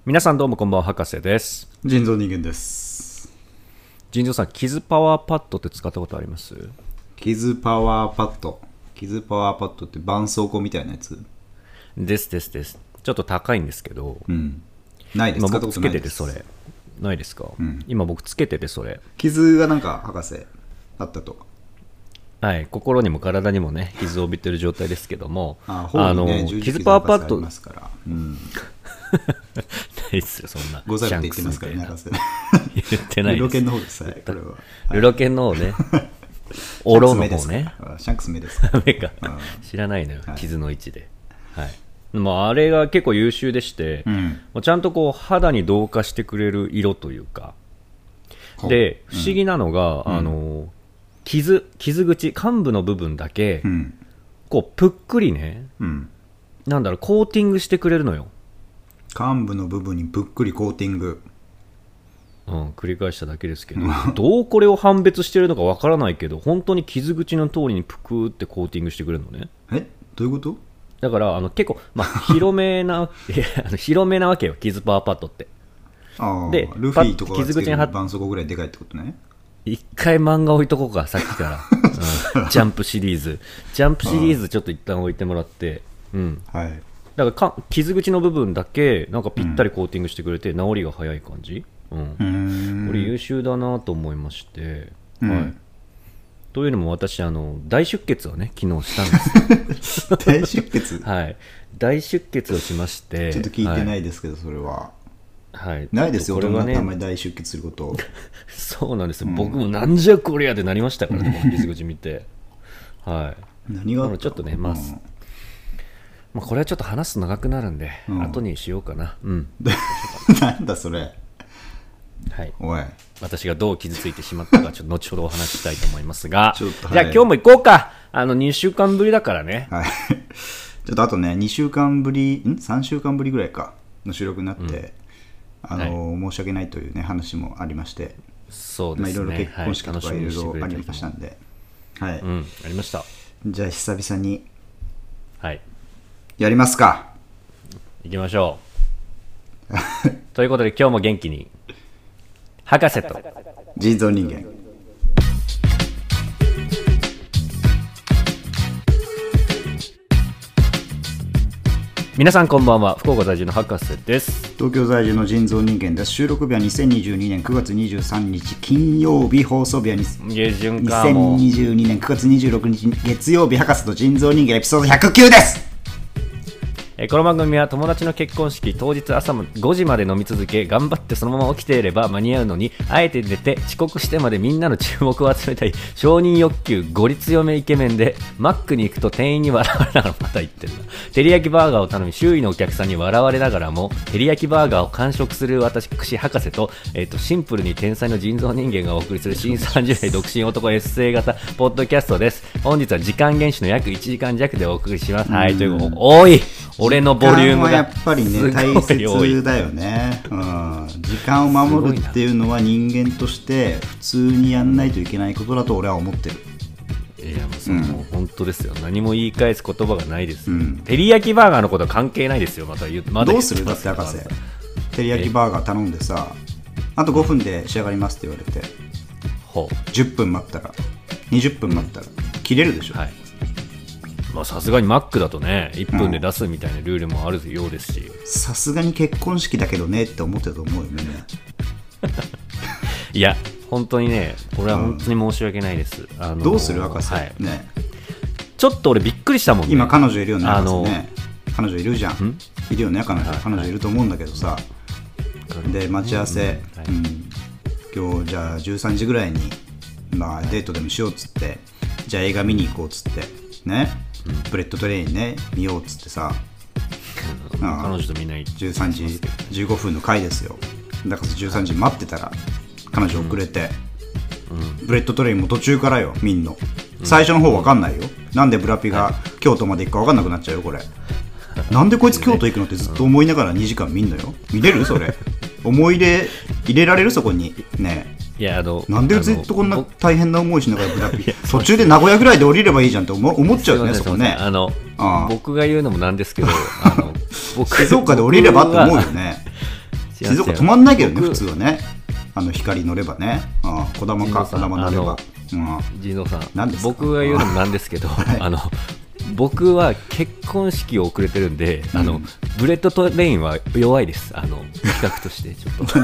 皆さんどうもこんばんは、博士です。 人造人間です。 人造さん、キズパワーパッドって使ったことあります？ キズパワーパッド。キズパワーパッドって絆創膏みたいなやつです。ちょっと高いんですけど、 ないです。 今使ったことないです。 僕つけててそれないですか？今僕つけててそれ、 傷がなんか博士あったと。 はい、心にも体にもね傷を帯びてる状態ですけども、 頬にね、 キズパワーパッドありますから、 ないっすよそんな。 ござるって言ってますからね、博士。 言ってないです。 ルロケンの方です。これはルロケンの方ね。オロの方ね。 シャンクス目ですか。 目か知らないのよ、傷の位置で。はい。もうあれが結構優秀でして、もうちゃんとこう肌に同化してくれる色というか。で、不思議なのが、傷口、患部の部分だけ、こうぷっくりね、なんだろう、コーティングしてくれるのよ。 患部の部分にぷっくりコーティング。 繰り返しただけですけど、どうこれを判別してるのかわからないけど、本当に傷口の通りにぷくーってコーティングしてくれるのね。 どういうこと？ だから結構、広めな広めなわけよ、キズパワーパッドって。 で、ルフィとかがつける絆創膏ぐらいでかいってことね。 一回漫画置いとこうか、さっきから、ジャンプシリーズちょっと一旦置いてもらって、だから傷口の部分だけなんかぴったりコーティングしてくれて、治りが早い感じ。これ優秀だなと思いまして、というのも私大出血をね昨日したんです大出血はい大出血をしまして、 ちょっと聞いてないですけど、それははいないですよ。これはね、あんまり大出血することそうなんですよ、僕もなんじゃこりゃでなりましたからね、この傷口見て。 何があった？ ちょっとね、これはちょっと話すと長くなるんで、後にしようかな。 なんだそれ。おい、 私がどう傷ついてしまったかちょっと後ほどお話ししたいと思いますが、じゃあ今日も行こうか。2週間ぶりだからね。 ちょっとあとね2週間ぶり3週間ぶりぐらいかの収録になって、申し訳ないというね話もありまして、 そうですね、 いろいろ結婚式とかいろいろありましたんで、 ありました。 じゃあ久々にやりますか。 行きましょうということで今日も元気に博士と人造人間。 皆さんこんばんは。福岡在住の博士です。 東京在住の人造人間です。収録日は2022年9月23日金曜日、放送日は2022年9月26日月曜日、博士と人造人間エピソード109です。 この番組は友達の結婚式当日朝5時まで飲み続け、頑張ってそのまま起きていれば間に合うのに、あえて寝て遅刻してまでみんなの注目を集めたい承認欲求ゴリ強めイケメンで、マックに行くと店員に笑われながら、また言ってるな、照り焼きバーガーを頼み周囲のお客さんに笑われながらも照り焼きバーガーを完食する私博士と、シンプルに天才の人造人間がお送りする新30代独身男エッセイ型ポッドキャストです。本日は時間厳守の約1時間弱でお送りします。ということで、おい俺のボリュームがやっぱりね大切だよね。時間を守るっていうのは人間として普通にやんないといけないことだと俺は思ってる。 いやもう本当ですよ。何も言い返す言葉がないです。照り焼きバーガーのことは関係ないですよ。まだどうする？だって博士照り焼きバーガー頼んでさ、あと5分で仕上がりますって言われて、10分待ったら20分待ったら切れるでしょ。 さすがにマックだとね1分で出すみたいなルールもあるようですし、 さすがに結婚式だけどねって思ってたと思うよねいや本当にねこれは本当に申し訳ないです。 どうする博士、 ちょっと俺びっくりしたもんね。 今彼女いるよね、彼女いるじゃん、いるよね彼女いると思うんだけどさ、で待ち合わせ、今日じゃあ13時ぐらいにデートでもしようっつって、じゃあ映画見に行こうっつってね、ブレッドトレインね見ようっつってさ、 彼女とみんな 13時15分の回ですよ。だから13時待ってたら彼女遅れて、ブレッドトレインも途中からよ見んの。最初の方分かんないよ、なんでブラピが京都まで行くか分かんなくなっちゃうよこれ。なんでこいつ京都行くのってずっと思いながら2時間見んのよ。見れるそれ思い入れられるそこにね。 いやなんでずっとこんな大変な思いしながらブラピ途中で名古屋ぐらいで降りればいいじゃんって思っちゃうよね。そこね僕が言うのもなんですけど静岡で降りればって思うよね。 静岡止まんないけどね普通はね。光乗ればね、こだまかこだま乗れば。 陣蔵さん、 何ですか。 僕が言うのもなんですけど、僕は結婚式を遅れてるんで、ブレッドトレインは弱いです。企画としてちょっと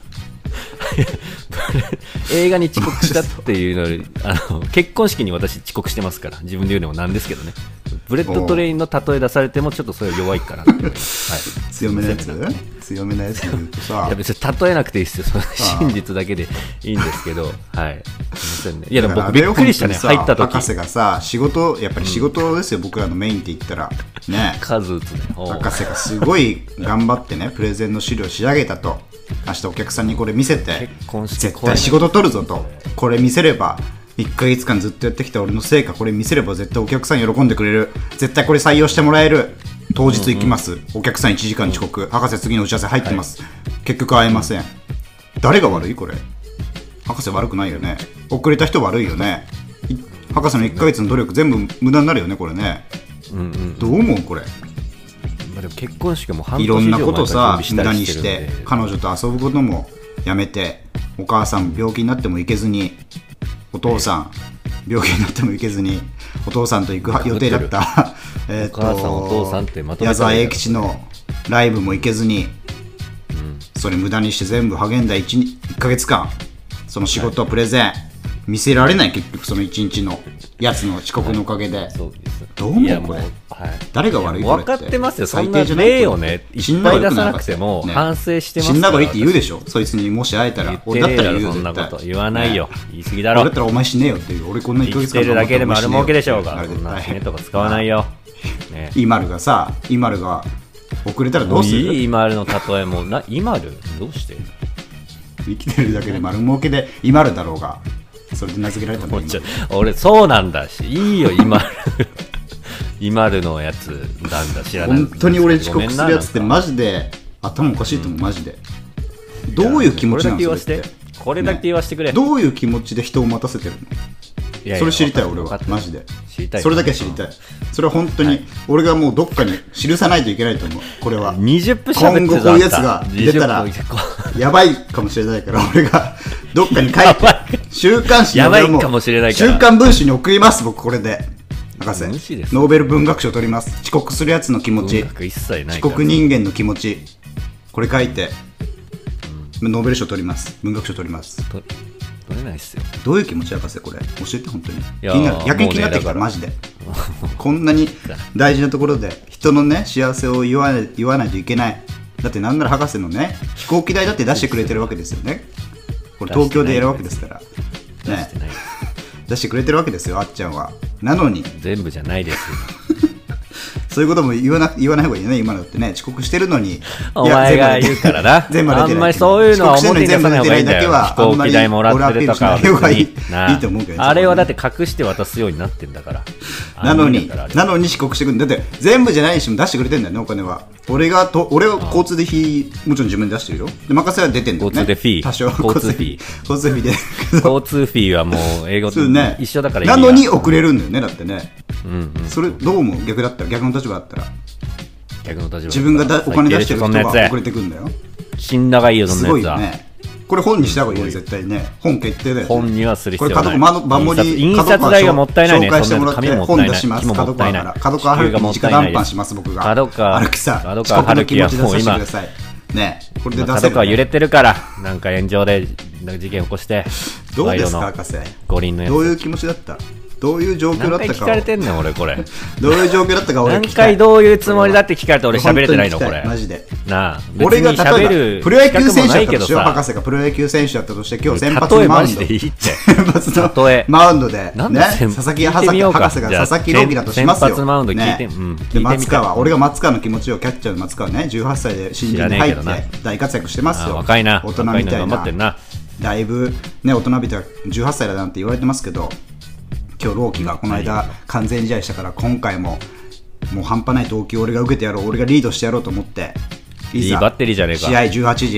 映画に遅刻したっていうの結婚式に私遅刻してますから、自分で言うのもなんですけどね。ブレッドトレインの例え出されてもちょっとそれ弱いからはい、 強めのやつ強めのやつで言うとさ、 いや別に例えなくていいですよ、その真実だけでいいんですけど、はい、すみませんね。いやでも僕びっくりしたね、入った時。 博士がさ、やっぱり仕事ですよ、僕らのメインって言ったらね。 数打つね。 博士がすごい頑張ってね、プレゼンの資料を仕上げたと。明日お客さんにこれ見せて、絶対仕事取るぞと。これ見せれば1ヶ月間ずっとやってきた俺の成果、これ見せれば絶対お客さん喜んでくれる、絶対これ採用してもらえる。当日行きます、お客さん1時間遅刻、博士次の打ち合わせ入ってます、結局会えません。誰が悪いこれ。博士悪くないよね。遅れた人悪いよね。博士の1ヶ月の努力全部無駄になるよねこれね。どう思うこれ。 でも結婚式も半年いろんなことさ以上無駄にして彼女と遊ぶこともやめて、お母さん病気になっても行けずに、お父さん病気になっても行けずに、お父さんと行く予定だったお母さんお父さんってまとめ矢沢永吉のライブも行けずに、それ無駄にして全部励んだ 1ヶ月間、その仕事プレゼン見せられない、結局その1日のやつの遅刻のおかげで。そうです。どう思うこれ。誰が悪いこれって。 分かってますよ。そんな例をねいっぱい出さなくても反省してますから。 死んだ方がいいって言うでしょ、そいつにもし会えたら。俺だったら言うよ。 そんなこと言わないよ、言い過ぎだろ。 俺だったらお前死ねよっていう。俺こんな1ヶ月間生きてるだけで丸儲けでしょうが、そんな死ねとか使わないよ。 イマルがさ、イマルが遅れたらどうする。 イマルの例えもイマルどうして。 生きてるだけで丸儲けでイマルだろうが、それで名付けられたの。 俺そうなんだし、いいよイマルのやつなんだ、知らない。 本当に俺遅刻するやつってマジで頭おかしいと思う、マジで。どういう気持ちなんですか。 これだけ言わせてくれ。 どういう気持ちで人を待たせてるの。それ知りたい俺はマジで。それだけは知りたい。それは本当に俺がもうどっかに記さないといけないと思う。これは 20分今後こういうやつが出たらやばいかもしれないから、俺がどっかに書いて週刊誌にやばいかもしれないから週刊文春に送ります。僕これで博士ノーベル文学賞取ります。遅刻するやつの気持ち、遅刻人間の気持ち、これ書いてノーベル賞取ります。文学賞取ります。 取れないっすよ。 どういう気持ち博士、これ教えて本当に。気になる、逆に気になってきたマジで。こんなに大事なところで人のね幸せを言わないといけない。だってなんなら博士のね飛行機代だって出してくれてるわけですよね。これ東京でやるわけですからね。出してくれてるわけですよ、あっちゃんは。なのに全部じゃないですそういうことも言わない方がいいね。今だってね遅刻してるのにお前が言うからな。 全部出てない。 あんまりそういうのは表に出さない方がいいんだよ。飛行機代もらってるとかは別にいいと思うけど、 あれはだって隠して渡すようになってんだから。 なのに遅刻してくるんだって。全部じゃないにしても出してくれてんだよね、お金は。俺は交通費もちろん自分で出してるよ。で任せは出てんだよね。 交通でフィー、 多少交通費で交通費はもう英語と一緒だから。 なのに遅れるんだよね、だってね。それどう思う。逆だったら、逆の立場だったら、自分がお金出してる人が遅れてくんだよ。 死んだがいいよ、そんなやつは。 すごいよね。これ本にした方がいいよ、絶対ね。本決定だよね。 本にはする必要ない。 これバンモリ印刷代がもったいないね。 紹介してもらって本出します。 角川春樹に直談判します。僕が角川春樹はもう今ね、これで出せる。 角川揺れてるから、なんか炎上で事件起こして。 どうですか博士。 五輪のやつ。 どういう気持ちだった。どういう状況だったか。 何回聞かれてんねん俺これ。 どういう状況だったか俺聞きたい。 何回どういうつもりだって聞かれて俺喋れてないのこれ。 マジで。 なあ。 俺が例えばプロ野球選手だったとしよう。博士がプロ野球選手だったとして今日先発のマウンド。先発のマウンドでね。佐々木博士が佐々木朗希だとしますよ。 先発マウンド聞いて。 で松川、俺が松川の気持ちをキャッチャーの松川ね、18歳で新人に入って大活躍してますよ。 若いな。 大人みたいな。だいぶね大人びた18歳だなんて言われてますけど。今日朗希がこの間完全試合したから、今回ももう半端ない投球を俺が受けてやろう、俺がリードしてやろうと思って、 いいバッテリーじゃねえか。 試合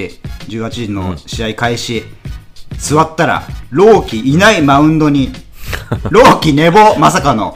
18時の試合開始、座ったら朗希いないマウンドに朗希寝坊、まさかの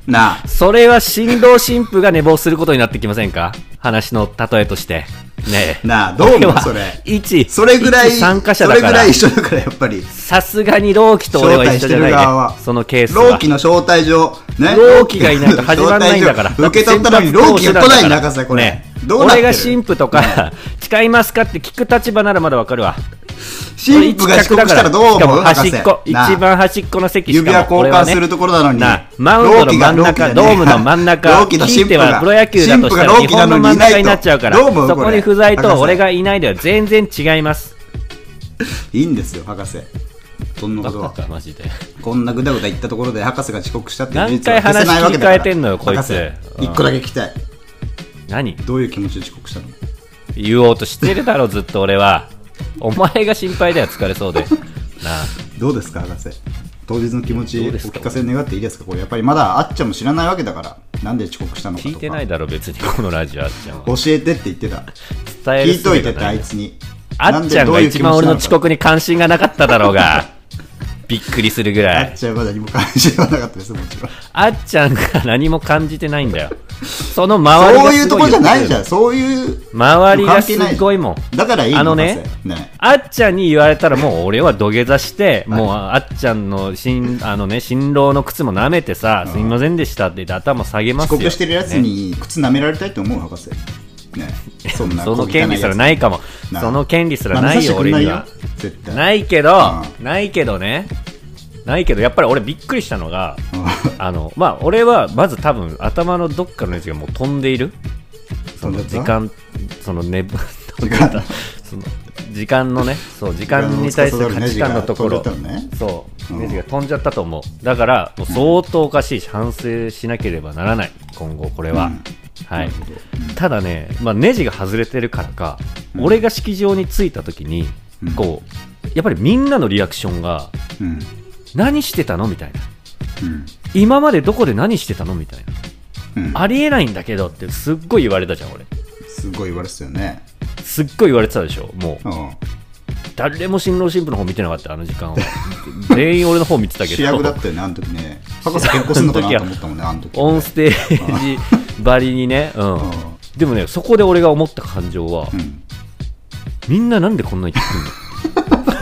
なあ、 それは新郎新婦が寝坊することになってきませんか？話の例えとしてねえ。 なあ、どう思うそれ。それぐらい参加者だから、 それぐらい一緒だからやっぱり。 さすがに朗希と俺は一緒じゃないね。そのケースは。 朗希の招待状ね。 朗希がいないと始まらないんだから。 受け取ったのに朗希が来ないんだ博士これ。 ね、俺が新婦とか誓いますかって聞く立場ならまだわかるわ。 新婦が遅刻したらどう思う？ 端っこ、一番端っこの席しかも指輪交換するところなのに、 マウンドの真ん中、ドームの真ん中、ひいてはプロ野球だとしたら日本の真ん中になっちゃうから、そこに不在と俺がいないでは全然違います。 いいんですよ博士、そんなことは。 マジでこんなぐだぐだ言ったところで博士が遅刻したっていう何回話切り替えてんのよこいつ。 一個だけ聞きたい。 何？ どういう気持ちで遅刻したの？ 言おうとしてるだろずっと俺は。お前が心配だよ疲れそうでなあ。 どうですか博士、当日の気持ちお聞かせ願っていいですか？これやっぱりまだあっちゃんも知らないわけだから、なんで遅刻したのかとか聞いてないだろ別にこのラジオ。あっちゃんは教えてって言ってた。 伝える聞いといてってあいつに。 あっちゃんが一番俺の遅刻に関心がなかっただろうがびっくりするぐらい。 あっちゃんは何も感じはなかったですもちろん。 あっちゃんが何も感じてないんだよ。その周りがそういうとこじゃないじゃん。そういう周りがすごいもん。 だからいいのね。 あっちゃんに言われたらもう俺は土下座して、もうあっちゃんの新郎の靴も舐めてさ、すみませんでしたって言って頭下げますよ。 遅刻してるやつに靴舐められたいと思う博士。ね、その権利すらないかも。その権利すらないよ俺には。ないけどね。ないけどやっぱり俺びっくりしたのがまあ俺はまず多分頭のどっかのやつがもう飛んでいる。その時間、そのねその時間のね、そう時間に対する価値観のところ、そうネジが飛んじゃったと思う。だからもう相当おかしいし反省しなければならない今後これは。はい、ただね、まあ、ネジが外れてるからか、俺が式場に着いた時にこうやっぱりみんなのリアクションが、何してたのみたいな、今までどこで何してたのみたいな、ありえないんだけどってすっごい言われたじゃん俺。 すっごい言われてたよね。 すっごい言われてたでしょ。もう、誰も新郎新婦の方見てなかったあの時間は。全員俺の方見てたけど主役だったよねあの時ね。博士結婚するのかなと思ったもんねあの時。 オンステージばりにね、でもねそこで俺が思った感情は、みんななんでこんなに言ってくんの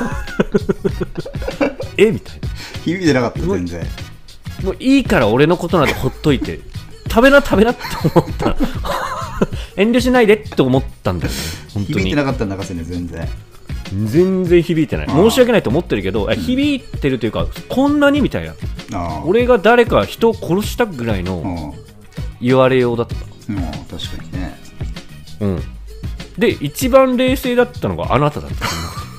みたいな。 響いてなかった全然。 もういいから俺のことなんてほっといて食べなって思った遠慮しないでって思ったんだよね本当に。 響いてなかったんだ博士ね。 全然響いてない。申し訳ないと思ってるけど、響いてるというかこんなにみたいな。俺が誰か人を殺したぐらいの言われようだった。 確かにね。 で一番冷静だったのがあなただった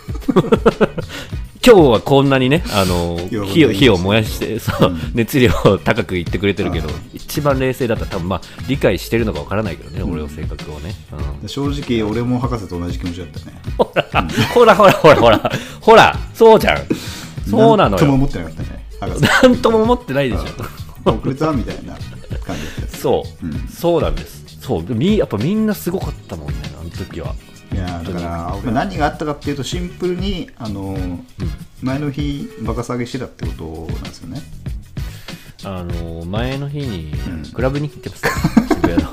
今日はこんなにね火を燃やして熱量を高く言ってくれてるけど、一番冷静だった。多分まあ理解してるのかわからないけどね、俺の性格をね。 正直俺も博士と同じ気持ちだったね。 ほらそうじゃん。そうなのよ。 なんとも思ってなかったね博士。 なんとも思ってないでしょ。 遅れたみたいな感じです。 そうなんです。やっぱみんなすごかったもんねあの時は。 いやだから何があったかっていうとシンプルに前の日バカ騒ぎしてたってことなんですよね。 前の日にクラブに行ってます、渋谷の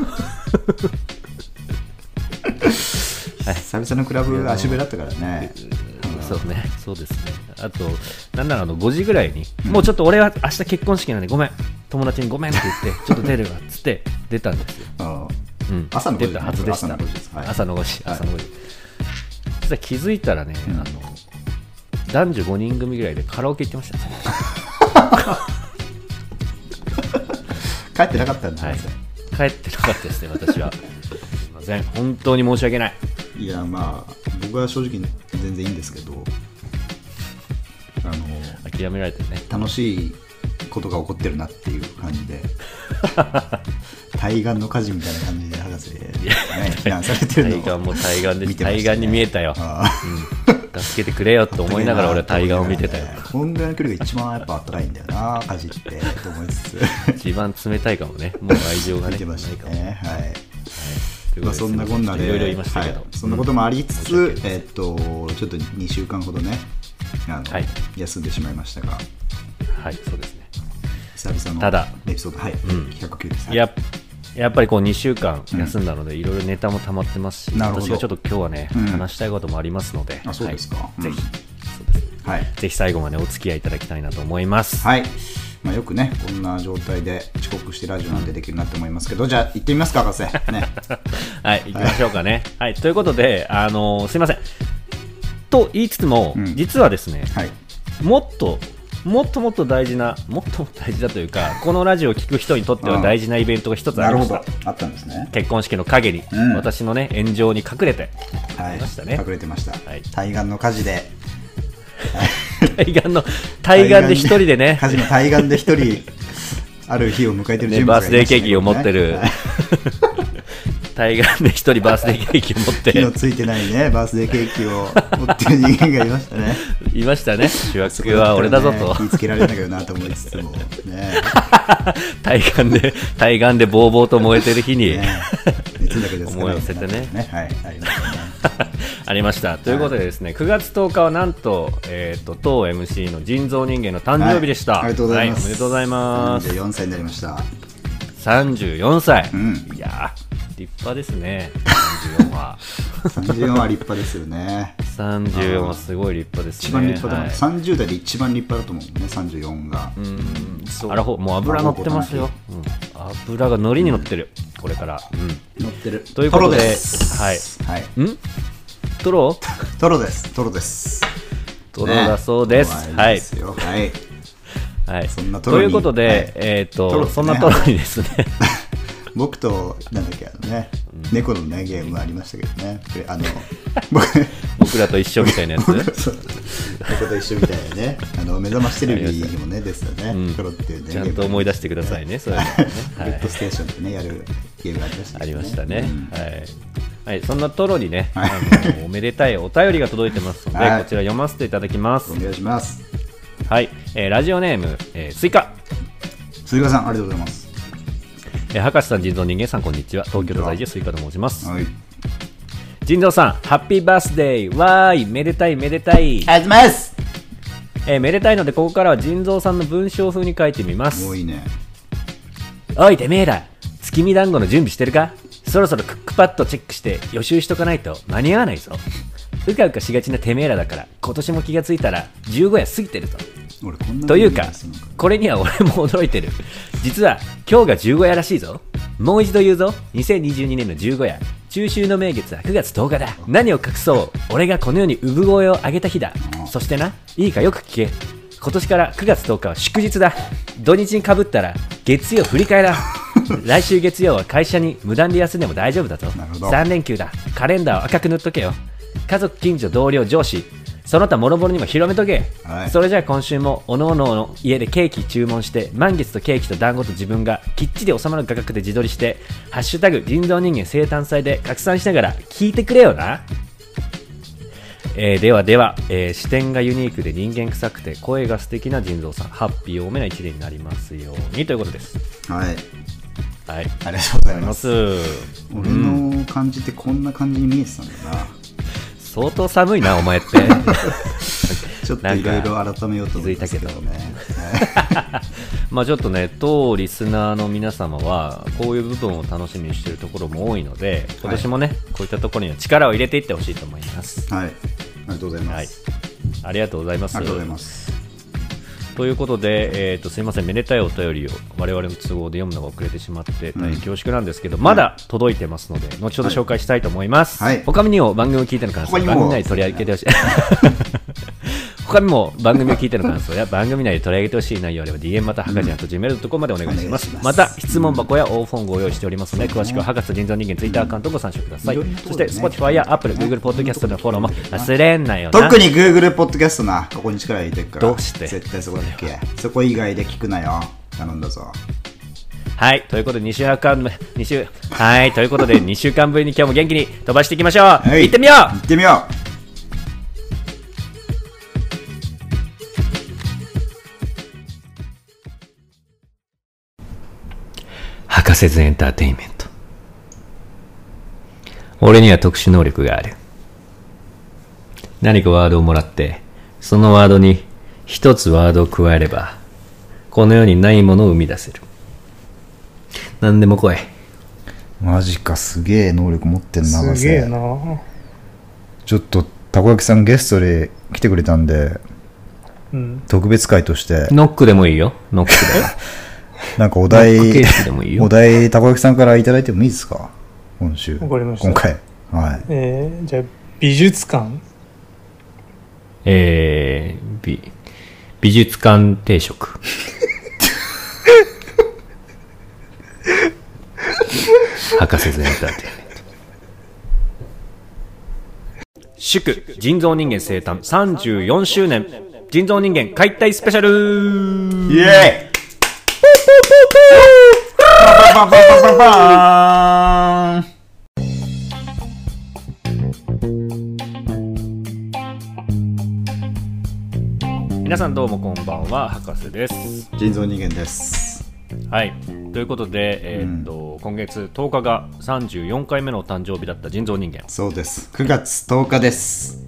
久々のクラブが足部だったからね。 そうですね。あとなんなら5時ぐらいに、もうちょっと俺は明日結婚式なんでごめん、友達にごめんって言ってちょっと出るわっつって出たんですよ。 朝の5時、 出たはずでした。朝の5時。そしたら気づいたらね、男女5人組ぐらいでカラオケ行ってましたね。 帰ってなかったんだ。 帰ってなかったですね私は。すいません本当に申し訳ない。 いやまあ僕は正直全然いいんですけど、 諦められてね。 楽しいことが起こってるなっていう感じで対岸の火事みたいな感じで博士非難されてるのを対岸に見えたよ。助けてくれよと思いながら俺は対岸を見てたよ。 こんぐらいの距離が一番やっぱあったかいんだよな火事ってと思いつつ一番冷たいかもね。もう愛情がね見てましたね。そんなこんなでいろいろ言いましたけど、 そんなこともありつつ、ちょっと2週間ほどね休んでしまいましたが、 そうですね。 久々のただエピソード、はい、109です、はい、 やっぱりこう2週間休んだのでいろいろネタも溜まってますし、私がちょっと今日はね、話したいこともありますので、 あ、そうですか、 はい、ぜひ、そうです、はい、ぜひ最後までお付き合いいただきたいなと思います。 はい、まあ、よくねこんな状態で遅刻してラジオなんてできるなと思いますけど、じゃあ行ってみますか、博士、ねはい行きましょうかね、はい、ということで、すいませんと言いつつも、実はですね、はい、もっと大事だというか、このラジオを聞く人にとっては大事なイベントが一つありました。 あったんですね。 結婚式の陰に、私のね炎上に隠れていましたね、 隠れてました、はい、対岸の火事で対岸で一人でね、 火事の対岸で一人ある日を迎えてる人物がいましたね、 バースデーケーキを持ってる、はい対岸で一人バースデーケーキを持って火のついてないねバースデーケーキを持ってる人間がいましたねいましたね。主役は俺だぞと、 気ぃつけられたけどなと思いつつもね対岸でボーボーと燃えてる日に、 熱だけです思い寄せてね、 はい、ありましたねありました。ということでですね、9月10日はなんと、当 MC の人造人間の誕生日でした、 ありがとうございます、 おめでとうございます。 34歳になりました。 34歳、いや立派ですね。34は 34は立派ですよね。 34はすごい立派ですね。 一番立派だ、はい、30代で一番立派だと思うね、34が。 そう、もう油乗ってますよ、油が海苔に乗ってる、これから、 乗ってるということで、はい、 はい、 トロですトロだそうです、はい、はい、 そんなトロに、 ということで、そんなトロにですね僕となんだっけ猫のねゲームありましたけどね、 僕らと一緒みたいなやつ猫と一緒みたいなね、目覚ましテレビにもねですよね、トロっていうね、 ちゃんと思い出してくださいね、そういうのね、 グッドステーションでねやるゲームがありましたね。 はい、そんなトロにね、おめでたいお便りが届いてますので、こちら読ませていただきます。 お願いします。 はい、ラジオネーム、スイカさん、ありがとうございます。 博士さん、人造人間さん、こんにちは。東京都在住スイカと申します。はい、人造さん、ハッピーバースデー、わーい、めでたいめでたい、 ありがとうございます。 めでたいので、ここからは人造さんの文章風に書いてみます。 おいね。 おいてめえら、月見団子の準備してるか？そろそろクックパッドチェックして予習しとかないと間に合わないぞ。うかうかしがちなてめえらだから、今年も気がついたら15夜過ぎてるぞ。というか、これには俺も驚いてる。実は今日が15夜らしいぞ。もう一度言うぞ、2022年の15夜、中秋の名月は9月10日だ。何を隠そう、俺がこの世に産声を上げた日だ。そしてな、いいかよく聞け、今年から9月10日は祝日だ。土日にかぶったら月曜振り替えだ。来週月曜は会社に無断で休んでも大丈夫だぞ。3連休だ。カレンダーを赤く塗っとけよ。家族、近所、同僚、上司、その他諸々にも広めとけ、はい、それじゃあ今週もおのおのの家でケーキ注文して、満月とケーキと団子と自分がきっちり収まる価格で自撮りして、ハッシュタグ人造人間生誕祭で拡散しながら聞いてくれよな。では、視点がユニークで人間臭くて声が素敵な人造さん、ハッピー多めな一年になりますようにということです。 はい、はい、 ありがとうございます。俺の感じってこんな感じに見えてたんだな。 相当寒いなお前ってちょっといろいろ改めようと思ったけどねまあちょっとね、当リスナーの皆様はこういう部分を楽しみにしているところも多いので、今年もね、こういったところには力を入れていってほしいと思います。 はい、ありがとうございます。 ありがとうございます。 ありがとうございます。 ということで、すいません、めでたいお便りを我々の都合で読むのが遅れてしまって大変恐縮なんですけど、まだ届いてますので、後ほど紹介したいと思います。他にも番組を聞いての感想、番組内で取り上げてほしい他にも番組を聞いての感想や番組内で取り上げてほしい内容あれば DM またはかじん@gmail.com までお願いします。また質問箱やオーフォンご用意しておりますので、詳しくは博士人造人間ツイッターアカウントをご参照ください。そして Spotify や Apple、Google ポッドキャストのフォローも忘れんなよな。 特に Google ポッドキャストな、ここに力入れてるから。 どうして絶対そこだけそこ以外で聞くなよ、頼んだぞ。 はい、ということで2週間ぶりに今日も元気に飛ばしていきましょう。はい、行ってみよう。博士ズエンターテインメント。俺には特殊能力がある。何かワードをもらって、そのワードに一つワードを加えれば、 この世にないものを生み出せる。何でも来い。 マジか、すげえ能力持ってんな。 すげえな。 ちょっとたこ焼きさんゲストで来てくれたんで、 うん、 特別会としてノックでもいいよ。ノックでなんかお題ノックケースでもいいよ。 お題たこ焼きさんからいただいてもいいですか、今週。 わかりました。 今回、はい。 じゃあ美術館。 美術館定食。博士ズエンターテインメント。祝人造人間生誕34周年人造人間解体スペシャル。 イエーイ。パンパンパンパンパンパン。 皆さんどうもこんばんは、博士です。 人造人間です。 はい、ということで、今月10日が34回目の誕生日だった人造人間。 そうです、9月10日です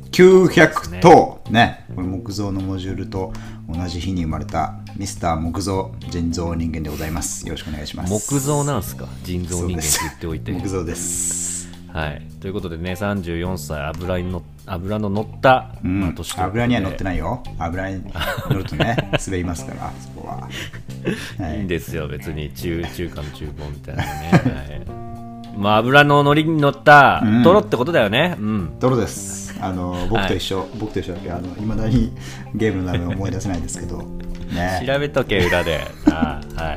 。900頭ね、これ木造のモジュールと同じ日に生まれたミスター木造人造人間でございます。よろしくお願いします。 木造なんすか、人造人間って言っておいて。 木造です。 はい、ということでね、34歳、油の乗った、年ということで。 油には乗ってないよ。油に乗るとね滑りますからそこは、 はい、いいんですよ、別に中華の厨房みたいなね、はい、油の乗りに乗ったトロってことだよね。 トロです。僕と一緒、僕と一緒だけいまだにゲームの名前思い出せないですけど、ね、 調べとけ裏で。はい、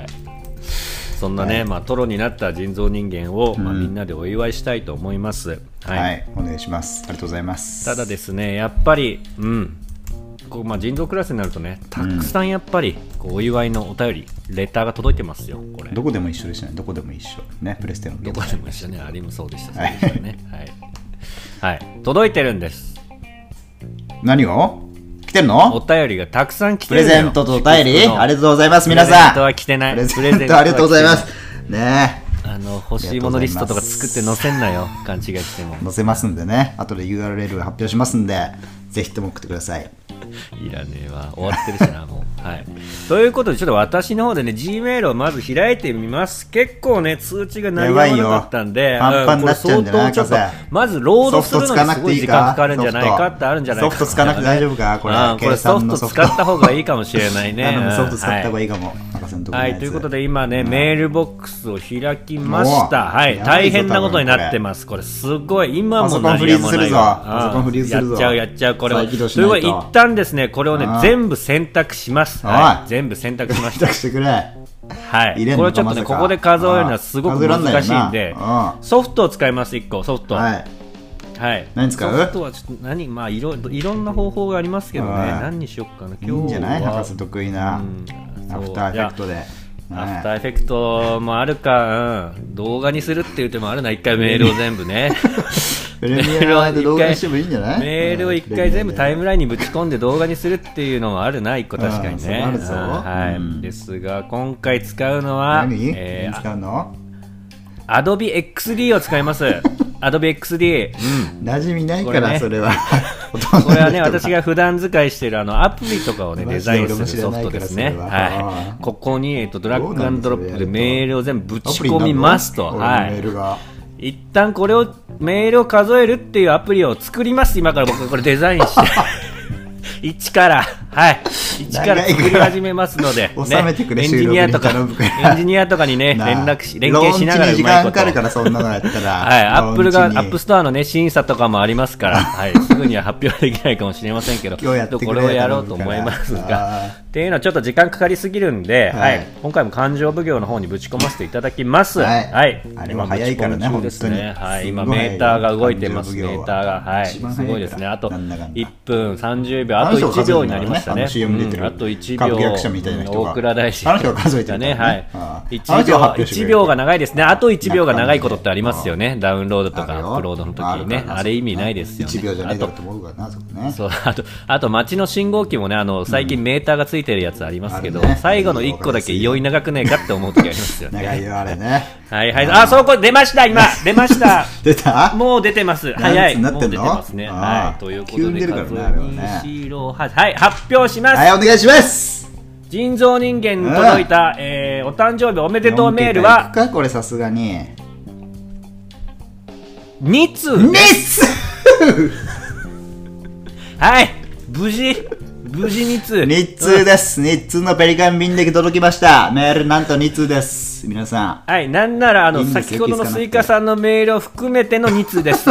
そんなね、トロになった人造人間を、みんなでお祝いしたいと思います。 はい、お願いします。ありがとうございます。 ただですね、やっぱり、人造クラスになるとね、たくさんやっぱり、お祝いのお便り、レターが届いてますよ。これどこでも一緒でしたね。どこでも一緒ね、プレステのどこでも一緒ね。あれもそうでしたね。はい、届いてるんです。 何を来てるの？ お便りがたくさん来てるのよ。プレゼントとお便りありがとうございます。皆さんプレゼントは来てない。 プレゼントありがとうございますね。 欲しいものリストとか作って載せんなよ。勘違いしても載せますんでね。後で URL 発表しますんで、ぜひとも送ってください。 いらねえわ、終わってるしなもう。はい、ということで、ちょっと私の方でね G メールをまず開いてみます。結構ね通知が鳴りやまなかったんで、 パンパンになっちゃうんじゃないか。 まずロードするのにすごい時間かかるんじゃないかってあるんじゃないか。 ソフト使わなくて大丈夫かこれ。 これソフト使った方がいいかもしれないね。 ソフト使った方がいいかも。 はい、ということで今ね、メールボックスを開きました。はい、大変なことになってます。これすごい今も鳴りやまないわ。やっちゃうこれは。ということで一旦ですね、これをね全部選択します。はい、全部選択しました。 してくれ。 はい、これちょっとねここで数えるのはすごく難しいんで、ソフトを使います。1個ソフト。はい、 何使う？ ソフトはちょっといろんな方法がありますけどね。何にしよっかな。今日はいいんじゃない？博士得意なアフターエフェクトで。 アフターエフェクトもあるか、動画にするっていう手もあるな。一回メールを全部ねメールを動画にしてもいいんじゃない？ メールを一回全部タイムラインにぶち込んで動画にするっていうのもあるな。一個確かにね。はい、ですが今回使うのは何使うの ？Adobe XD を使います。Adobe XD、 馴染みないから、それはこれはね、私が普段使いしているアプリとかをねデザインするソフトですね。はい、ここにドラッグアンドロップでメールを全部ぶち込みますと。はい、一旦これをメールを数えるっていうアプリを作ります。今から僕がこれデザインして一から作り始めますので、エンジニアとかにね連携しながらうまいこと。アップストアのね審査とかもありますから、すぐには発表できないかもしれませんけど、これをやろうと思いますが、っていうのはちょっと時間かかりすぎるんで、今回も勘定奉行の方にぶち込ませていただきます。 今早いからね、本当に。 今メーターが動いてます。メーターがすごいですね。あと1分30秒、あと1秒になりましたね。あと1秒、大倉大臣がね、1秒が長いですね。あと1秒が長いことってありますよね。ダウンロードとかアップロードの時にね、あれ意味ないですよね。 1秒じゃないと思うからな、そこね。 あと街の信号機もね、最近メーターがついてるやつありますけど、最後の1個だけ異様に長くねえかって思う時ありますよね。 長いよあれね。 あ、そう、これ出ました。今出ました。 出た？ もう出てます。早い。もう出てますね。ということで数えにしろ。発表します。 お願いします。 人造人間に届いた、お誕生日おめでとうメールはかこれさすがに 2通 2 です通はい無事2通 2通です。2通のペリカン便で届きました。メールなんと2通です。皆さん。 はい、なんならいいんですよ先ほどのスイカさんのメールを含めての2通です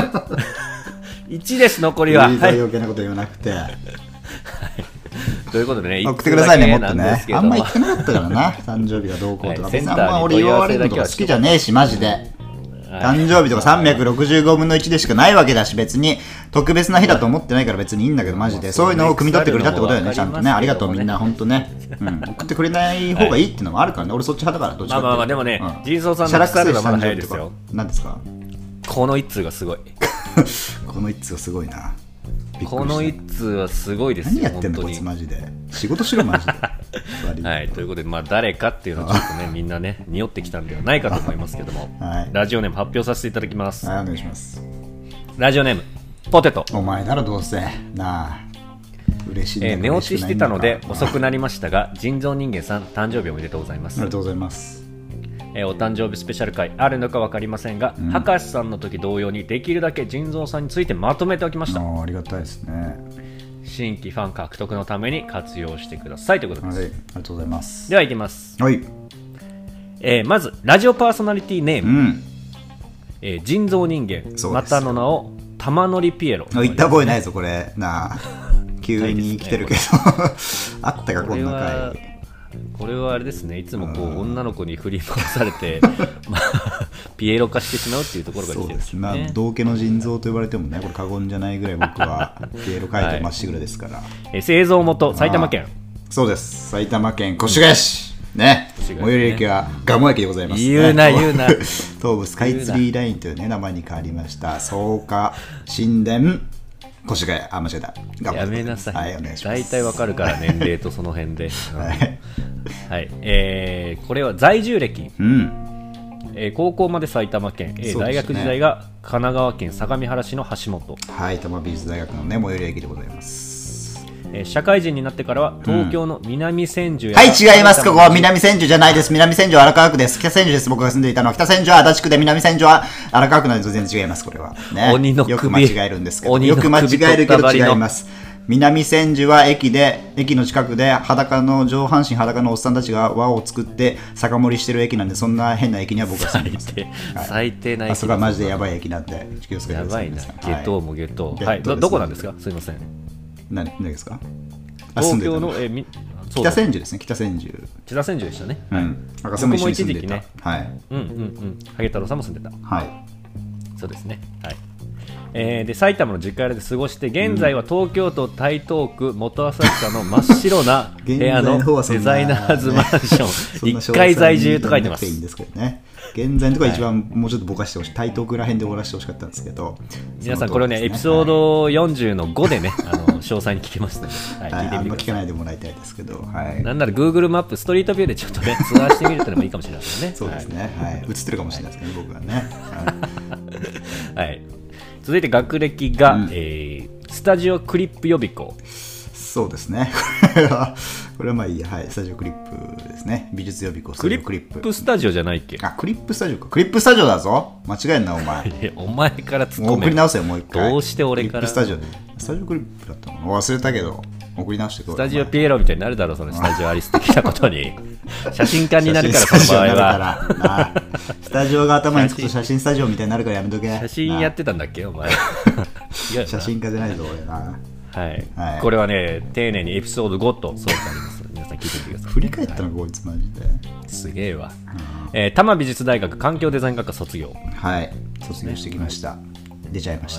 1です残りは、 はい、余計なこと言わなくて、 ということでね送ってくださいね、もっとね。あんま言りってなかったからな、誕生日がどうこうとか、 はい別にあんま俺言われるのとか好きじゃねえし、マジで。誕生日とか365分の1でしかないわけだし、別に特別な日だと思ってないから別にいいんだけど、マジでそういうのを汲み取ってくれたってことだよね、ちゃんとね。ありがとうみんな、ほんとね、送ってくれない方がいいっていうのもあるからね。俺そっち派だから、どっちかっていうと。 まあでもね、ジンソーさんシャラクの腐るセはまだ早いですよ。 何ですか？ この1通がすごいこの一通はすごいな。びっくりしたこの1通はすごいですよ。 何やってんのこいつマジで。仕事しろマジで。 はい、ということで、誰かっていうのはちょっとね、みんなね、匂ってきたんではないかと思いますけども、 はいラジオネーム発表させていただきます。 はい、お願いします。 ラジオネーム、ポテト。 お前ならどうせなあ。嬉しいね。 寝落ちしてたので遅くななりましたが、人造人間さん、誕生日おめでとうございます。 ありがとうございます。 お誕生日スペシャル回あるのか分かりませんが、博士さんの時同様にできるだけ人造さんについてまとめておきました。 ありがたいですね。 新規ファン獲得のために活用してくださいということはい、 です。 ありがとうございます。 ではいきます。 はい。 まずラジオパーソナリティネーうム、 ん。 人造人間、 そうですまたの名を玉乗りピエロ。 言った覚えないぞこれなあ。急に来てるけど。あったかこんな回。 これはあれですね、いつもこう女の子に振り回されて、ピエロ化してしまうっていうところが出そうてるんですすでね。まあね。 道家の腎臓と呼ばれてもね、これ過言じゃないぐらい僕はピエロ界とまっしぐらですから。 製造元埼玉県。 そうです。埼玉県越谷市。ね。最寄り駅は蒲生駅でございます、ね。 言うな言うな東武スカイツリーラインというね、名前に変わりました。草加神殿越谷。あ、間違えた。 やめなさい。 はい、お願いします。 大体わかるから、年齢とその辺で。 はい。 はい、これは在住歴、 うん。 高校まで埼玉県、 ね大学時代が神奈川県相模原市の橋本、 はい、多摩美術大学のね、最寄り駅でございます。 社会人になってからは東京の南千住や、 はい、違います。ここは南千住じゃないです。南千住は荒川区です。北千住です。僕が住んでいたのは北千住は足立区で、南千住は荒川区なんです。全然違います。これは、ね、 鬼の首よく間違えるんですけど、 鬼の首よく間違えるけど取ったばりの違います。南千住は駅の近くで上半身裸のおっさんたちが輪を作って酒盛りしてる駅なんで、そんな変な駅には僕は住んでいません。 最低な駅、 あそこはマジでやばい駅なんで気をつけてください。 やばいな、 皆さんゲトウもゲトウ、 ゲットはい、 ですどこなんですか、すいません、 何ですか？住んでた東京の、 北千住ですね。北千住。 北千住でしたね、 赤瀬も一緒に住んでた。 僕も一時期ね、 はい。 ハゲ太郎さんも住んでた、 はい。 そうですね、はいで埼玉の実家で過ごして、現在は東京都台東区元浅草の真っ白な部屋のデザイナーズマンション1階在住と書いてます。 いいんですけどね。現在のところ一番もうちょっとぼかしてほしい、台東区ら辺で終わらせてほしかったんですけど、 皆さんこれをね、エピソード40の5でね、詳細に聞きますので、聞いてあんま聞かみてください。 ないでもらいたいですけど、はい。 なんなら Google マップ、ストリートビューでちょっとね、ツアーしてみるというのもいいかもしれないですね。 そうですね。はい。映ってるかもしれないですね、僕はね。 はい、続いて学歴が、スタジオクリップ予備校。 そうですね。これはまあいいや。はい。スタジオクリップですね。美術予備校、スタジオクリップ。 スタジオじゃないっけ？ あ、クリップスタジオか。クリップスタジオだぞ。間違えんな、お前。 お前から突っ込め。 もう送り直せよ、もう一回。 どうして俺から。 クリップスタジオ。スタジオクリップだったの忘れたけど、送り直してくれ。 スタジオピエロみたいになるだろう、そのスタジオアリス的なことに。写真家になるから、その場合は。 スタジオが頭につくと写真スタジオみたいになるからやめとけ。 写真やってたんだっけ、お前。 写真家じゃないぞ、俺な。 はい、 はい、 これはね、丁寧にエピソード5とそうってありますので、皆さん聞いてみてください。 振り返ったのか、こいつマジで。 すげえわ。多摩美術大学環境デザイン学科卒業。 はい、卒業してきました。出ちゃいました。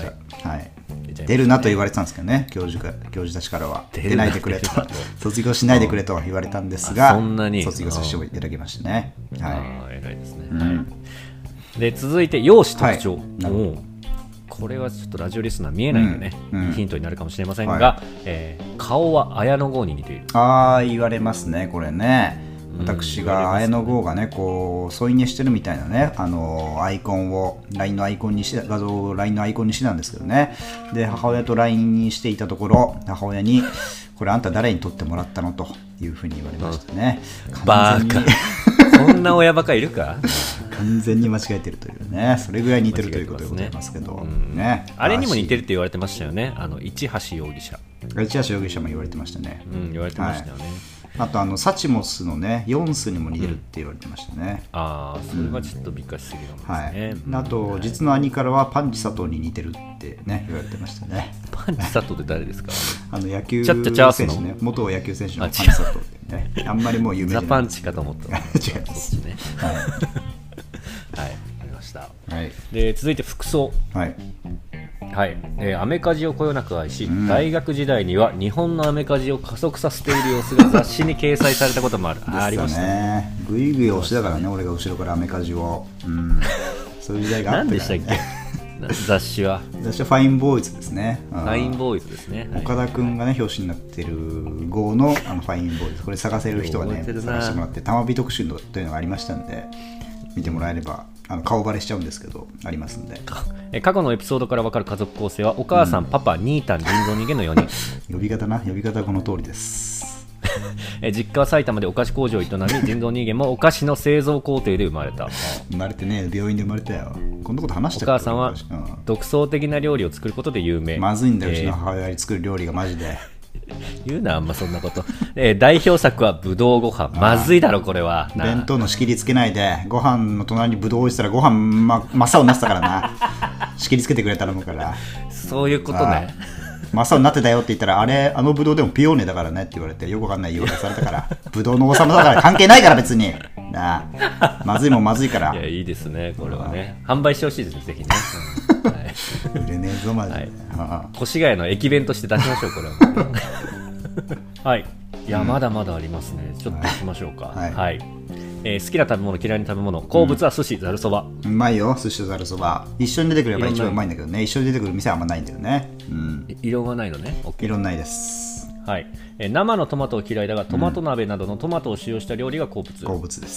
はい。 ね、 出るなと言われてたんですけどね、教授たちからは。出ないでくれと。卒業しないでくれと言われたんですが、 そんなに卒業させていただきましたね。はい。 偉いですね。はい、で続いて、容姿特徴。 はい、 これはちょっとラジオリスナー見えないんでね、ヒントになるかもしれませんが、 は顔は綾野剛に似ている。 ああ、言われますね、これね。 私が綾野剛がねこう添い寝してるみたいなねアイコンを LINE のアイコンにして画像を LINE のアイコンにしてたんですけどね。で母親と LINE にしていたところ母親にこれあんた誰に撮ってもらったのというふうに言われましたね。 バカこんな親バカいるか完全に間違えてるというね。それぐらい似てるということでございますけどね。 あれにも似てるって言われてましたよね。市橋容疑者容疑者も言われてましたね。 言われてましたよね、 あとサチモスのねヨンスにも似てるって言われてましたね。 ああそれはちょっとびっくりしすぎるかもですね。 あと実の兄からはパンチ佐藤に似てるってね言われてましたね。 パンチ佐藤って誰ですか？ 野球チャッチャチャース選の手ね、元野球選手のパンチ佐藤ってねあんまりもう有名じゃない。 ザパンチかと思った違いますね。はい、ありました。 はい、 で続いて服装。 はいはい、アメカジをこよなく愛し、大学時代には日本のアメカジを加速させている様子が雑誌に掲載されたこともある。ありましたね。 ぐいぐい押しだからね、俺が後ろからアメカジを、そういう時代があったからね。 何でしたっけ雑誌はファインボーイズですね。 ファインボーイズですね。 岡田君がね表紙になってる号のファインボーイズ、これ探せる人はね探してもらって玉美特集というのがありましたんで見てもらえれば顔バレしちゃうんですけどありますんで。 過去のエピソードから分かる家族構成はお母さん、パパ、ニータン、人造人間の4人。 呼び方はこの通りです。 実家は埼玉でお菓子工場を営み人造人間もお菓子の製造工程で生まれた。 生まれてね病院で生まれたよ。こんなこと話したっけ。 お母さんは独創的な料理を作ることで有名。 まずいんだよ、うちの母親に作る料理がマジで。 言うなあんまそんなこと。代表作はぶどうご飯。まずいだろこれは。 弁当の仕切りつけないでご飯の隣にぶどう置いてたらご飯真っ青になってたからな。仕切りつけてくれ頼むから。 そういうことね。 真っ青になってたよって言ったらあのぶどうでもピオーネだからねって言われてよくわかんない言い方されたからぶどうの王様だから関係ないから別になあ。まずいもんまずいから。 いやいいですねこれはね。販売してほしいですねぜひね。 売れねえぞマジで。 越谷の駅弁として出しましょうこれは。はい。いやまだまだありますね。ちょっと行きましょうか。はい。好きな食べ物嫌いな食べ物好物は寿司ざるそば。 うまいよ寿司とざるそば。一緒に出てくれば一番うまいんだけどね。一緒に出てくる店はあんまないんだよね。 異論はないのね。 異論ないです。はい。 生のトマトを嫌いだがトマト鍋などのトマトを使用した料理が好物。 好物です。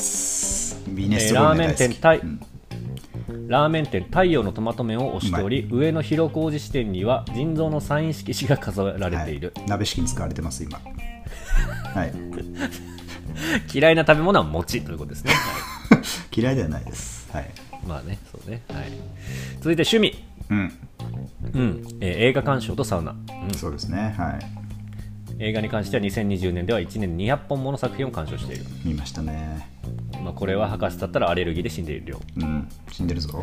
ビネストラーローネ大好き。 ラーメン店太陽のトマト麺を推しており上野広小路支店には腎臓のサイン色紙が飾られている、 鍋敷に使われてます今。はい。 嫌いな食べ物は餅ということですね。 嫌いではないです。はい。 まあねそうね。はい。続いて趣味。映画鑑賞とサウナ。 そうですね。はい。 映画に関しては2020年では1年200本もの作品を鑑賞している。 見ましたね。 これは博士だったらアレルギーで死んでいる量。 死んでるぞ。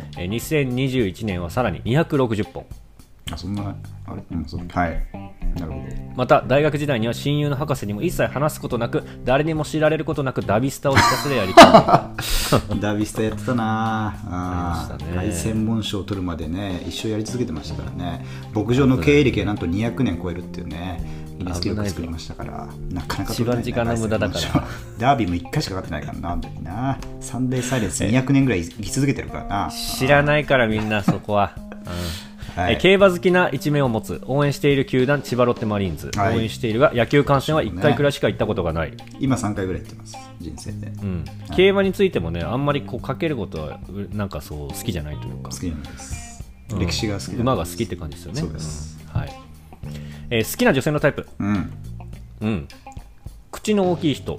2021年はさらに260本。 そんなあれ、はい。なるほど。 また大学時代には親友の博士にも一切話すことなく誰にも知られることなくダビスタをひたすらやり込んでいた。 ダビスタやってたなあ。 大専門賞を取るまでね一生やり続けてましたからね。牧場の経営歴はなんと200年超えるっていうね。ギネス記録作りましたからなかなか一番時間の無駄だから。 ダービーも1回しかかかってないからな。あの時なサンデーサイレンス200年ぐらい生き続けてるからな。 知らないからみんなそこは。競馬好きな一面を持つ応援している球団千葉ロッテマリーンズ、応援しているが野球観戦は1回くらいしか行ったことがない。 今3回ぐらい行ってます人生で。 競馬についてもねあんまりこうかけることはなんかそう好きじゃないというか。 好きなんです。歴史が好きなんです。 馬が好きって感じですよね。 そうです。 はい。好きな女性のタイプ。口の大きい人。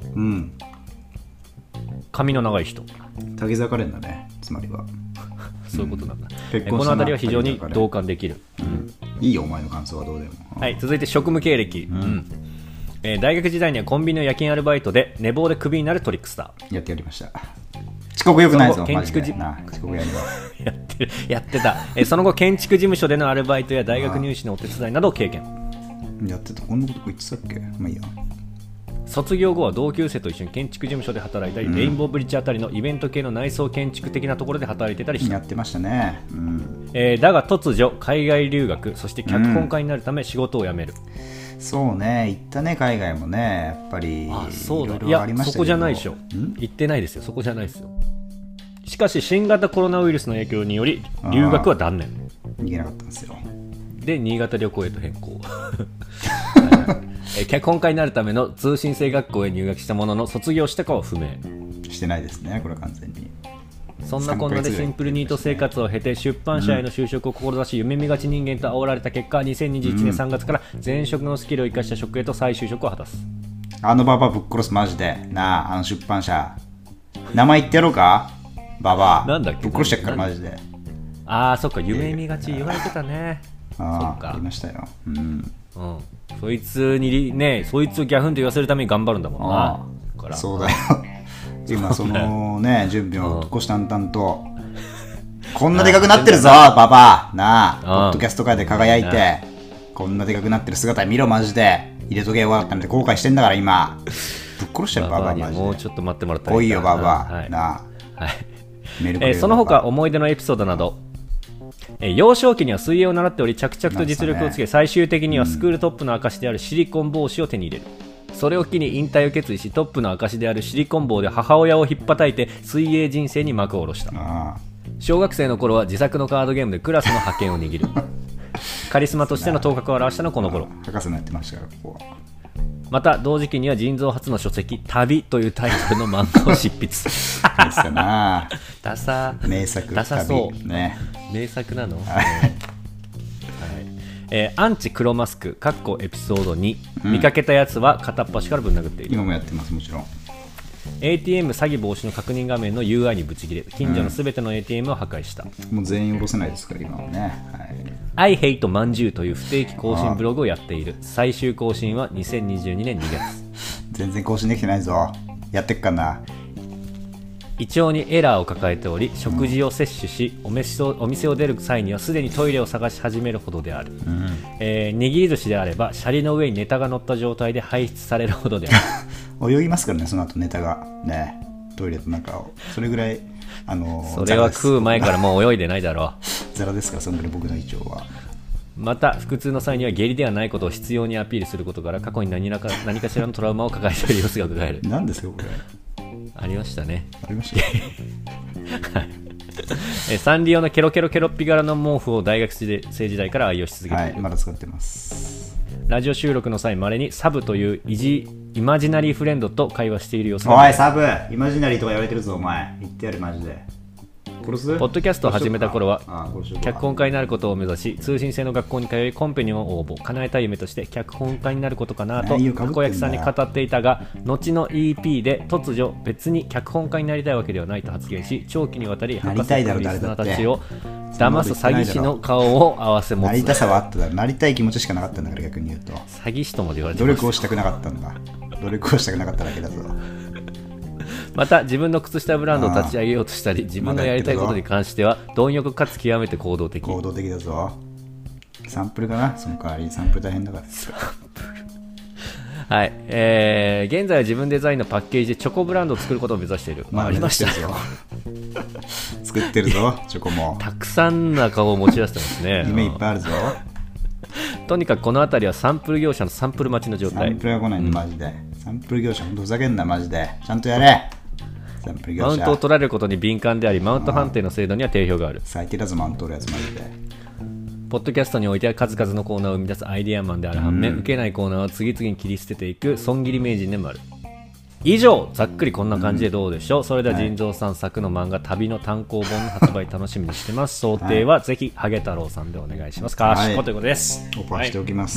髪の長い人。 滝沢カレンだねつまりは。 そういうことなんだ。この辺りは非常に同感できる。 いいよお前の感想はどうでも。 はい。続いて職務経歴。大学時代にはコンビニの夜勤アルバイトで寝坊でクビになるトリックスター。 やってやりました。遅刻よくないぞ建築時遅刻やるやってた。その後建築事務所でのアルバイトや大学入試のお手伝いなどを経験。 やってた。こんなこと言ってたっけ。まあいいや。 卒業後は同級生と一緒に建築事務所で働いたり、レインボーブリッジあたりのイベント系の内装建築的なところで働いてたりした。 やってましたね。 だが突如海外留学そして脚本家になるため仕事を辞める。 そうね行ったね海外もねやっぱり。 そうだ。いやそこじゃないでしょ。行ってないですよ。そこじゃないですよ。しかし新型コロナウイルスの影響により留学は断念。 行けなかったんですよ。 で新潟旅行へと変更。 脚本家になるための通信制学校へ入学したものの卒業したかは不明。 してないですね、これは完全に。 そんなこんなでシンプルニート生活を経て出版社への就職を志し、夢見がち人間と煽られた結果、2021年3月から前職のスキルを生かした職へと再就職を果たす。 あのババアぶっ殺すマジでなあ、あの出版社名前言ってやろうか、ババアなんだっけ、 ぶっ殺してっからマジで。 ああ、そっか、夢見がち言われてたね。 あそっか、 ありましたよ。 そいつにね、そいつをギャフンと言わせるために頑張るんだもんな。だからそうだよ。今そのね、準備を虎視眈々と、こんなでかくなってるぞババアなあ、ポッドキャスト界で輝いて、こんなでかくなってる姿見ろマジで。入れとけよかったんで後悔してんだから今。ぶっ殺してるババアマジで。 もうちょっと待ってもらったら来いよババア、 はい、 なあ、 はい、 メールくれよその他思い出のエピソードなど、幼少期には水泳を習っており着々と実力をつけ、最終的にはスクールトップの証であるシリコン帽子を手に入れる。それを機に引退を決意し、トップの証であるシリコン帽で母親を引っ叩いて水泳人生に幕を下ろした。小学生の頃は自作のカードゲームでクラスの覇権を握る。カリスマとしての頭角を現したのこの頃。 博士になってましたからここは。 また同時期には腎臓初の書籍「旅」というタイトルの漫画を執筆。 ですよな。 ダサ名作。 ダサそうね。 名作なの。アンチ黒マスクかっこエピソード2、見かけたやつは片っ端からぶん殴っている。 今もやってます、もちろん。 ATM 詐欺防止の確認画面の UI にブチ切れ、近所のすべての ATM を破壊した。 もう全員下ろせないですから今はね。はい、 I hate まんじゅうという不定期更新ブログをやっている。最終更新は2022年2月。 全然更新できてないぞ。やってっかな。 胃腸にエラーを抱えており、食事を摂取し、お店を出る際にはすでにトイレを探し始めるほどである。握り寿司であればシャリの上にネタが乗った状態で排出されるほどである。泳ぎますからね、その後ネタがね、トイレの中を。それぐらいそれは食う前からもう泳いでないだろう。ザラですから、そのぐらい僕の胃腸は。 また腹痛の際には下痢ではないことを必要にアピールすることから、過去に何かしらのトラウマを抱えている様子がうかがえる。 何ですかこれ。 ありましたね。 ありましたサンリオのケロケロケロッピ柄の毛布を大学生時代から愛用し続けている。 はい、まだ使ってます。 ラジオ収録の際、まれにサブというイマジナリーフレンドと会話している様子が。 おいサブ、イマジナリーとか言われてるぞお前。言ってやるマジで。 ポッドキャストを始めた頃は脚本家になることを目指し、通信制の学校に通いコンペにも応募。叶えた夢として脚本家になることかなとたこ焼きさんに語っていたが、後の EP で突如別に脚本家になりたいわけではないと発言し、長期にわたり博士とリスナーたちを騙す詐欺師の顔を合わせ持つ。 なりたさはあっただろ。なりたい気持ちしかなかったんだから、逆に言うと詐欺師とも言われてます。 努力をしたくなかったんだ。努力をしたくなかっただけだぞ。 また自分の靴下ブランドを立ち上げようとしたり、自分のやりたいことに関しては貪欲かつ極めて行動的だぞ。サンプルかな。その代わりサンプル大変だからはい、現在は自分デザインのパッケージでチョコブランドを作ることを目指している。ありましたよ。 作ってるぞチョコも。 たくさんな顔を持ち出してますね。 夢いっぱいあるぞ。 とにかくこの辺りはサンプル業者のサンプル待ちの状態。 サンプルが来ないのマジで。サンプル業者ほんとふざけんなマジで。ちゃんとやれ。サンプル業者。 マウントを取られることに敏感であり、マウント判定の制度には定評がある。 最低だぞマウント取るやつマジで。 ポッドキャストにおいては数々のコーナーを生み出すアイディアマンである反面、受けないコーナーを次々に切り捨てていく損切り名人でもある。以上、ざっくりこんな感じでどうでしょう。それでは腎臓さん作の漫画旅の単行本の発売楽しみにしてます。想定はぜひハゲ太郎さんでお願いします。かしこということです。 オファーしておきます。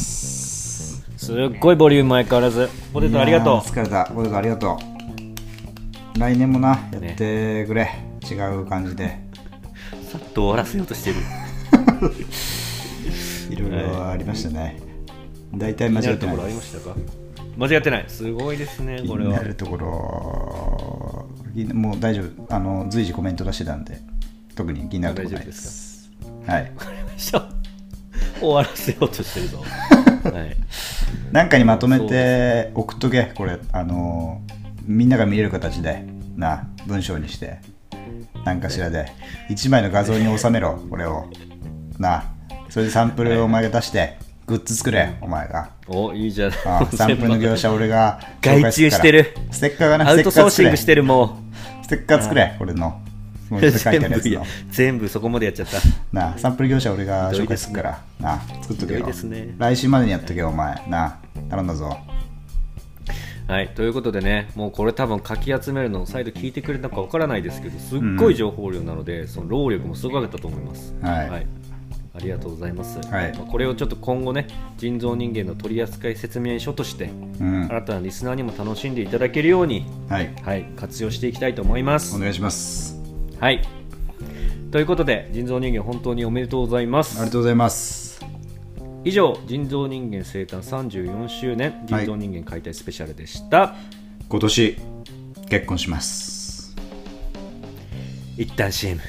すっごいボリューム相変わらず。ポテトありがとう。 疲れた。ポテトありがとう。来年もな、やってくれ。違う感じで。 さっと終わらせようとしてる。 いろいろありましたね。大体間違ってないです。 間違ってない。すごいですね、これは。 気になるところ、もう大丈夫。随時コメント出してたんで、特に気になるところないです。はい。 終わらせようとしてるぞ。はい。 なんかにまとめて送っとけ、これ。みんなが見れる形で、文章にして、何かしらで。1枚の画像に収めろ、これを。それでサンプルをお前が出して、グッズ作れ、お前が。 お、いいじゃん。 サンプルの業者俺が外注してる。 ステッカーがな、 アウトソーシングしてる。もうステッカー作れ、これの。 全部そこまでやっちゃった。 サンプル業者俺が紹介するから、作っとけよ。来週までにやっとけよ、お前。頼んだぞ。 はい、ということでね、もうこれ多分かき集めるの再度聞いてくれたのかわからないですけど、すっごい情報量なので、その労力もすごかったと思います。 はい、 ありがとうございます。 はい、 これをちょっと今後ね、人造人間の取扱説明書として、新たなリスナーにも楽しんでいただけるように、活用していきたいと思います。 お願いします。 はい。ということで、人造人間本当におめでとうございます。 ありがとうございます。 以上、人造人間生誕34周年人造人間解体スペシャルでした。 今年結婚します。 一旦 CM。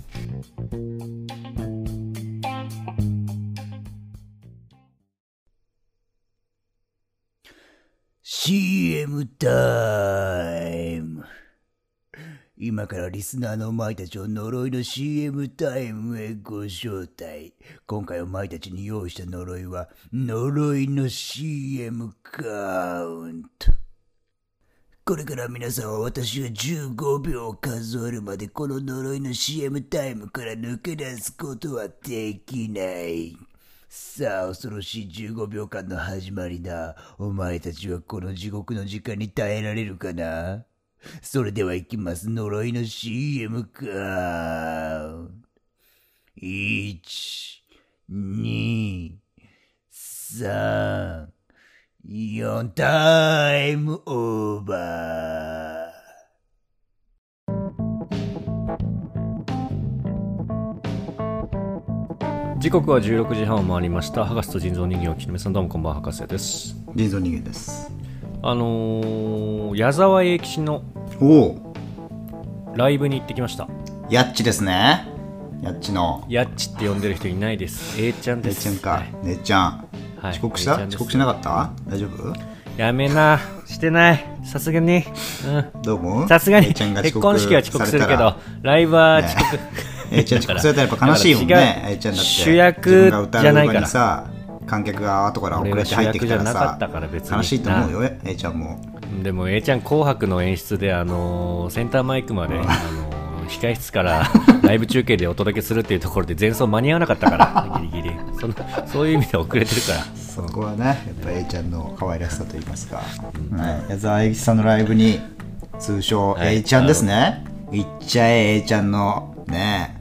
CM タイム。今からリスナーのお前たちを呪いの CM タイムへご招待。今回お前たちに用意した呪いは呪いの CM カウント。これから皆さんは私が15秒数えるまでこの呪いの CM タイムから抜け出すことはできない。さあ、恐ろしい15秒間の始まりだ。お前たちはこの地獄の時間に耐えられるかな？それでは行きます。呪いの CM カウント。1、2、3、4タイムオーバー。 時刻は16時半を回りました。博士と人造人間を聞きの皆さん、どうもこんばんは。博士です。 人造人間です。 矢沢永吉のライブに行ってきました。 やっちですね。やっちのやっちって呼んでる人いないです。A ちゃんです。 A ちゃんか、はい、ねっちゃん、はい、遅刻した？遅刻しなかった？大丈夫？ やめな、してない、さすがに、 どうも。 さすがに結婚式は遅刻するけどライブは遅刻、 A ちゃん遅刻されたらやっぱ悲しいもんね。A ちゃんだって主役じゃないからさ、観客が後から遅れて入ってきたらさ、悲しいと思うよ A ちゃんも。 でも A ちゃん紅白の演出でセンターマイクまで控室からライブ中継でお届けするっていうところで前奏間に合わなかったからギリギリそういう意味で遅れてるから、 そこはねやっぱ A ちゃんの可愛らしさと言いますか、矢沢永吉さんのライブに通称 A ちゃんですね、いっちゃえ A ちゃんのね、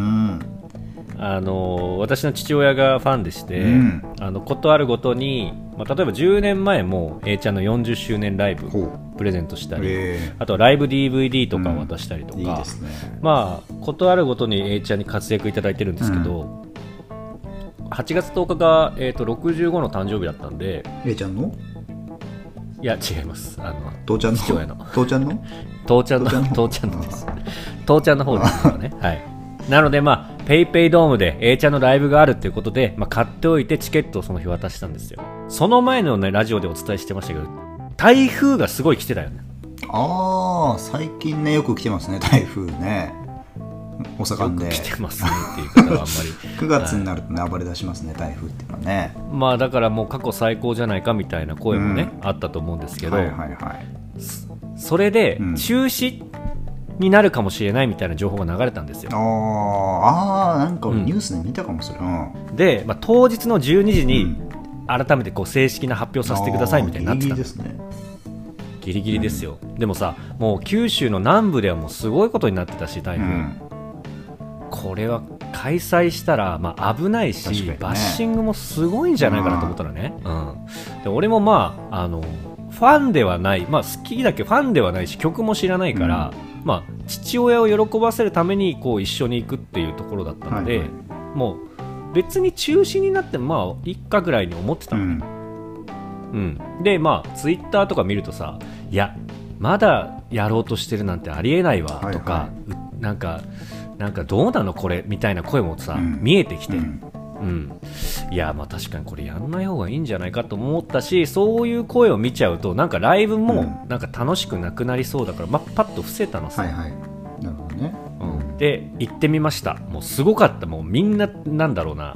私の父親がファンでして、ことあるごとに、例えば10年前も A ちゃんの40周年ライブプレゼントしたり、あとライブ DVD とかを渡したりとか、いいですね。ことあるごとに A ちゃんに活躍いただいてるんですけど、8月10日が、65の誕生日だったんで。 A ちゃんの？ いや違います、 父ちゃんの父親の父ちゃんの父ちゃんの父ちゃんのです父ちゃんの方ですからねはい。なのでペイペイドームで A ちゃんのライブがあるということで、買っておいてチケットをその日渡したんですよ。その前のねラジオでお伝えしてましたけど、台風がすごい来てたよね。 最近ねよく来てますね、台風ね。大阪でよく来てますねっていう方はあんまり 9月になるとね暴れ出しますね、台風っていうのはね。 だからもう過去最高じゃないかみたいな声もね、あったと思うんですけど、それで中止になるかもしれないみたいな情報が流れたんですよ。 なんかニュースで見たかもしれない、 で、当日の12時に改めて正式な発表させてくださいみたいになってたんです。ギリギリですよ、でもさ、もう九州の南部ではもうすごいことになってたし、台風、これは開催したら危ないし、バッシングもすごいんじゃないかなと思ったらね、で俺もファンではない、好きだけどファンではないし曲も知らないから、父親を喜ばせるために一緒に行くっていうところだったので、もう別に中止になってもいっかぐらいに思ってたのね、でツイッターとか見るとさ、いやまだやろうとしてるなんてありえないわとか、なんかどうなのこれみたいな声もさ、見えてきて、いや確かにこれやんない方がいいんじゃないかと思ったし、そういう声を見ちゃうとライブも楽しくなくなりそうだから、パッと伏せたのさ。なるほどね。で行ってみました。もうすごかった。もうみんななんだろうな、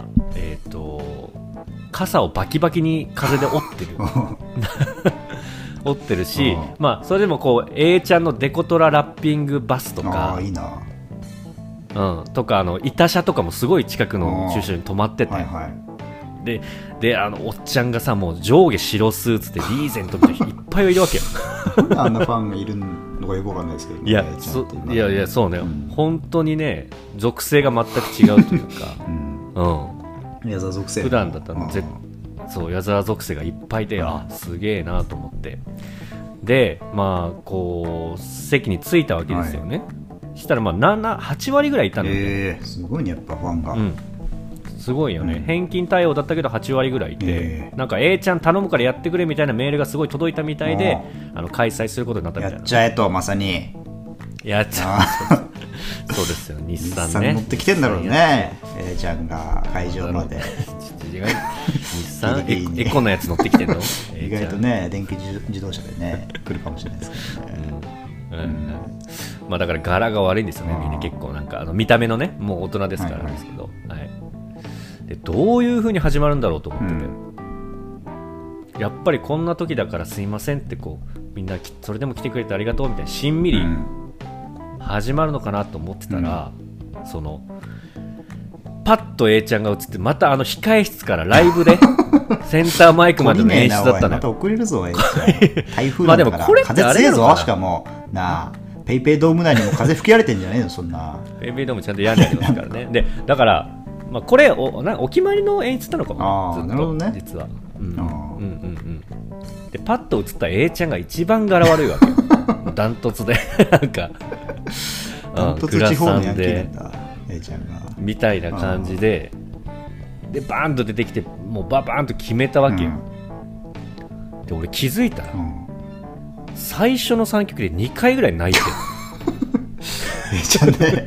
傘をバキバキに風で折ってる折ってるし、それでもA ちゃんのデコトララッピングバスとかいいな、 とか板車とかもすごい近くの駐車場に止まってて、 でおっちゃんがさもう上下白スーツでリーゼントみたいな人いっぱいいるわけよあんなファンがいるのがよくわかんないですけど、ね、 いやそうね、本当にね属性が全く違うというか矢沢属性普段だったらそう矢沢属性がいっぱいで、すげえなと思って、でまあこう席に着いたわけですよね、したらまあ8割ぐらいいたので、 すごいねやっぱファンが、 すごいよね、返金対応だったけど8割ぐらいいて、なんか A ちゃん頼むからやってくれみたいなメールがすごい届いたみたいで、開催することになったみたいな。 やっちゃえと、まさにやっちゃえそうですよ、日産ね、 乗ってきてんだろうね、A ちゃんが会場まで日産エコなやつ乗ってきてんの意外とね電気自動車でね来るかもしれないですけどね、 まあだから柄が悪いんですよね、みんな結構なんか見た目のねもう大人ですからなんですけど、でどういう風に始まるんだろうと思ってて、やっぱりこんな時だからすいませんってこうみんなそれでも来てくれてありがとうみたいなしんみり始まるのかなと思ってたら、そのパッと A ちゃんが映ってまた控え室からライブでセンターマイクまでの演出だったのよ。 また遅れるぞ A ちゃん台風なんだから風強いぞ、しかもなあペイペイドーム内にも風吹き荒れてんじゃねえのそんなペイペイドームちゃんと屋根ありますからねでだからまあ、これお決まりの演出なのかもね、ずっとね、実は、でパッと映った A ちゃんが一番柄悪いわけよダントツでなんかダントツ地方のヤンキーなんだ A ちゃんがみたいな感じでバーンと出てきてもうバーンと決めたわけよ、で俺気づいたら、最初の3曲で2回ぐらい泣いてる A ちゃんね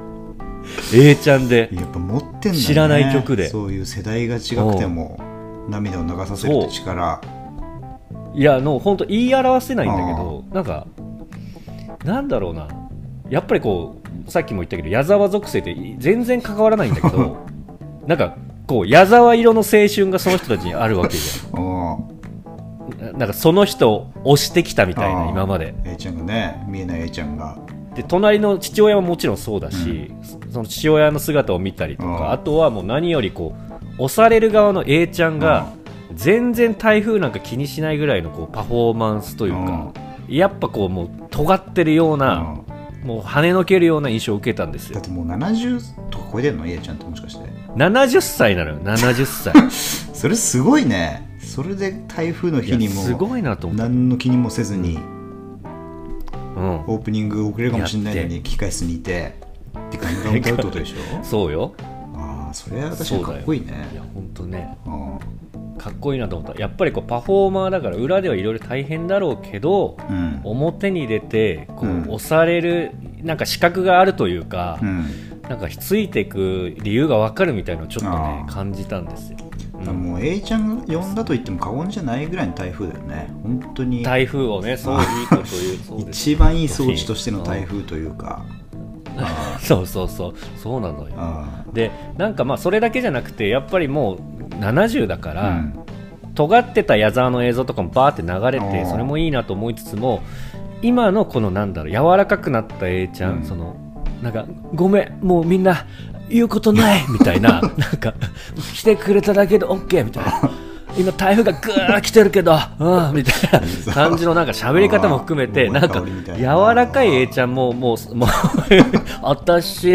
A ちゃんでやっぱ持ってんだね、 知らない曲でそういう世代が違くても涙を流させるって力、 いや本当言い表せないんだけど、なんだろうな、やっぱりこうさっきも言ったけど矢沢属性って全然関わらないんだけどなんかこう矢沢色の青春がその人たちにあるわけじゃんなんかその人を推してきたみたいな今まで A ちゃんがね見えない A ちゃんがで隣の父親ももちろんそうだし、その父親の姿を見たりとか、あとはもう何よりこう押される側の A ちゃんが全然台風なんか気にしないぐらいのこうパフォーマンスというか、やっぱこうもう尖ってるような、もう跳ねのけるような印象を受けたんですよ。 だってもう70とか超えてるの A ちゃんってもしかして 70歳なのよ70歳それすごいね。それで台風の日にもすごいなと思って何の気にもせずに、オープニング遅れるかもしれないのに機械室にいてでガンガン歌うってことでしょそうよ。 ああそれは確かにかっこいいね。 いや本当ね、かっこいいなと思った。やっぱりこうパフォーマーだから裏ではいろいろ大変だろうけど、表に出てこう押されるなんか資格があるというか、なんかついていく理由が分かるみたいなのをちょっとね感じたんですよ。 もう A ちゃんが呼んだと言っても過言じゃないぐらいの台風だよね。本当に台風をね、そういいこと言うそうです一番いい装置としての台風というかそうなのよ。でなんかまあそれだけじゃなくてやっぱりもう70だから、尖ってた矢沢の映像とかもバーって流れてそれもいいなと思いつつも、今のこのなんだろう柔らかくなった A ちゃん、そのなんかごめんもうみんな言うことないみたいななんか来てくれただけで OK みたいな今台風がぐー来てるけどみたいな感じのなんか喋り方も含めてなんか柔らかい A ちゃんももう私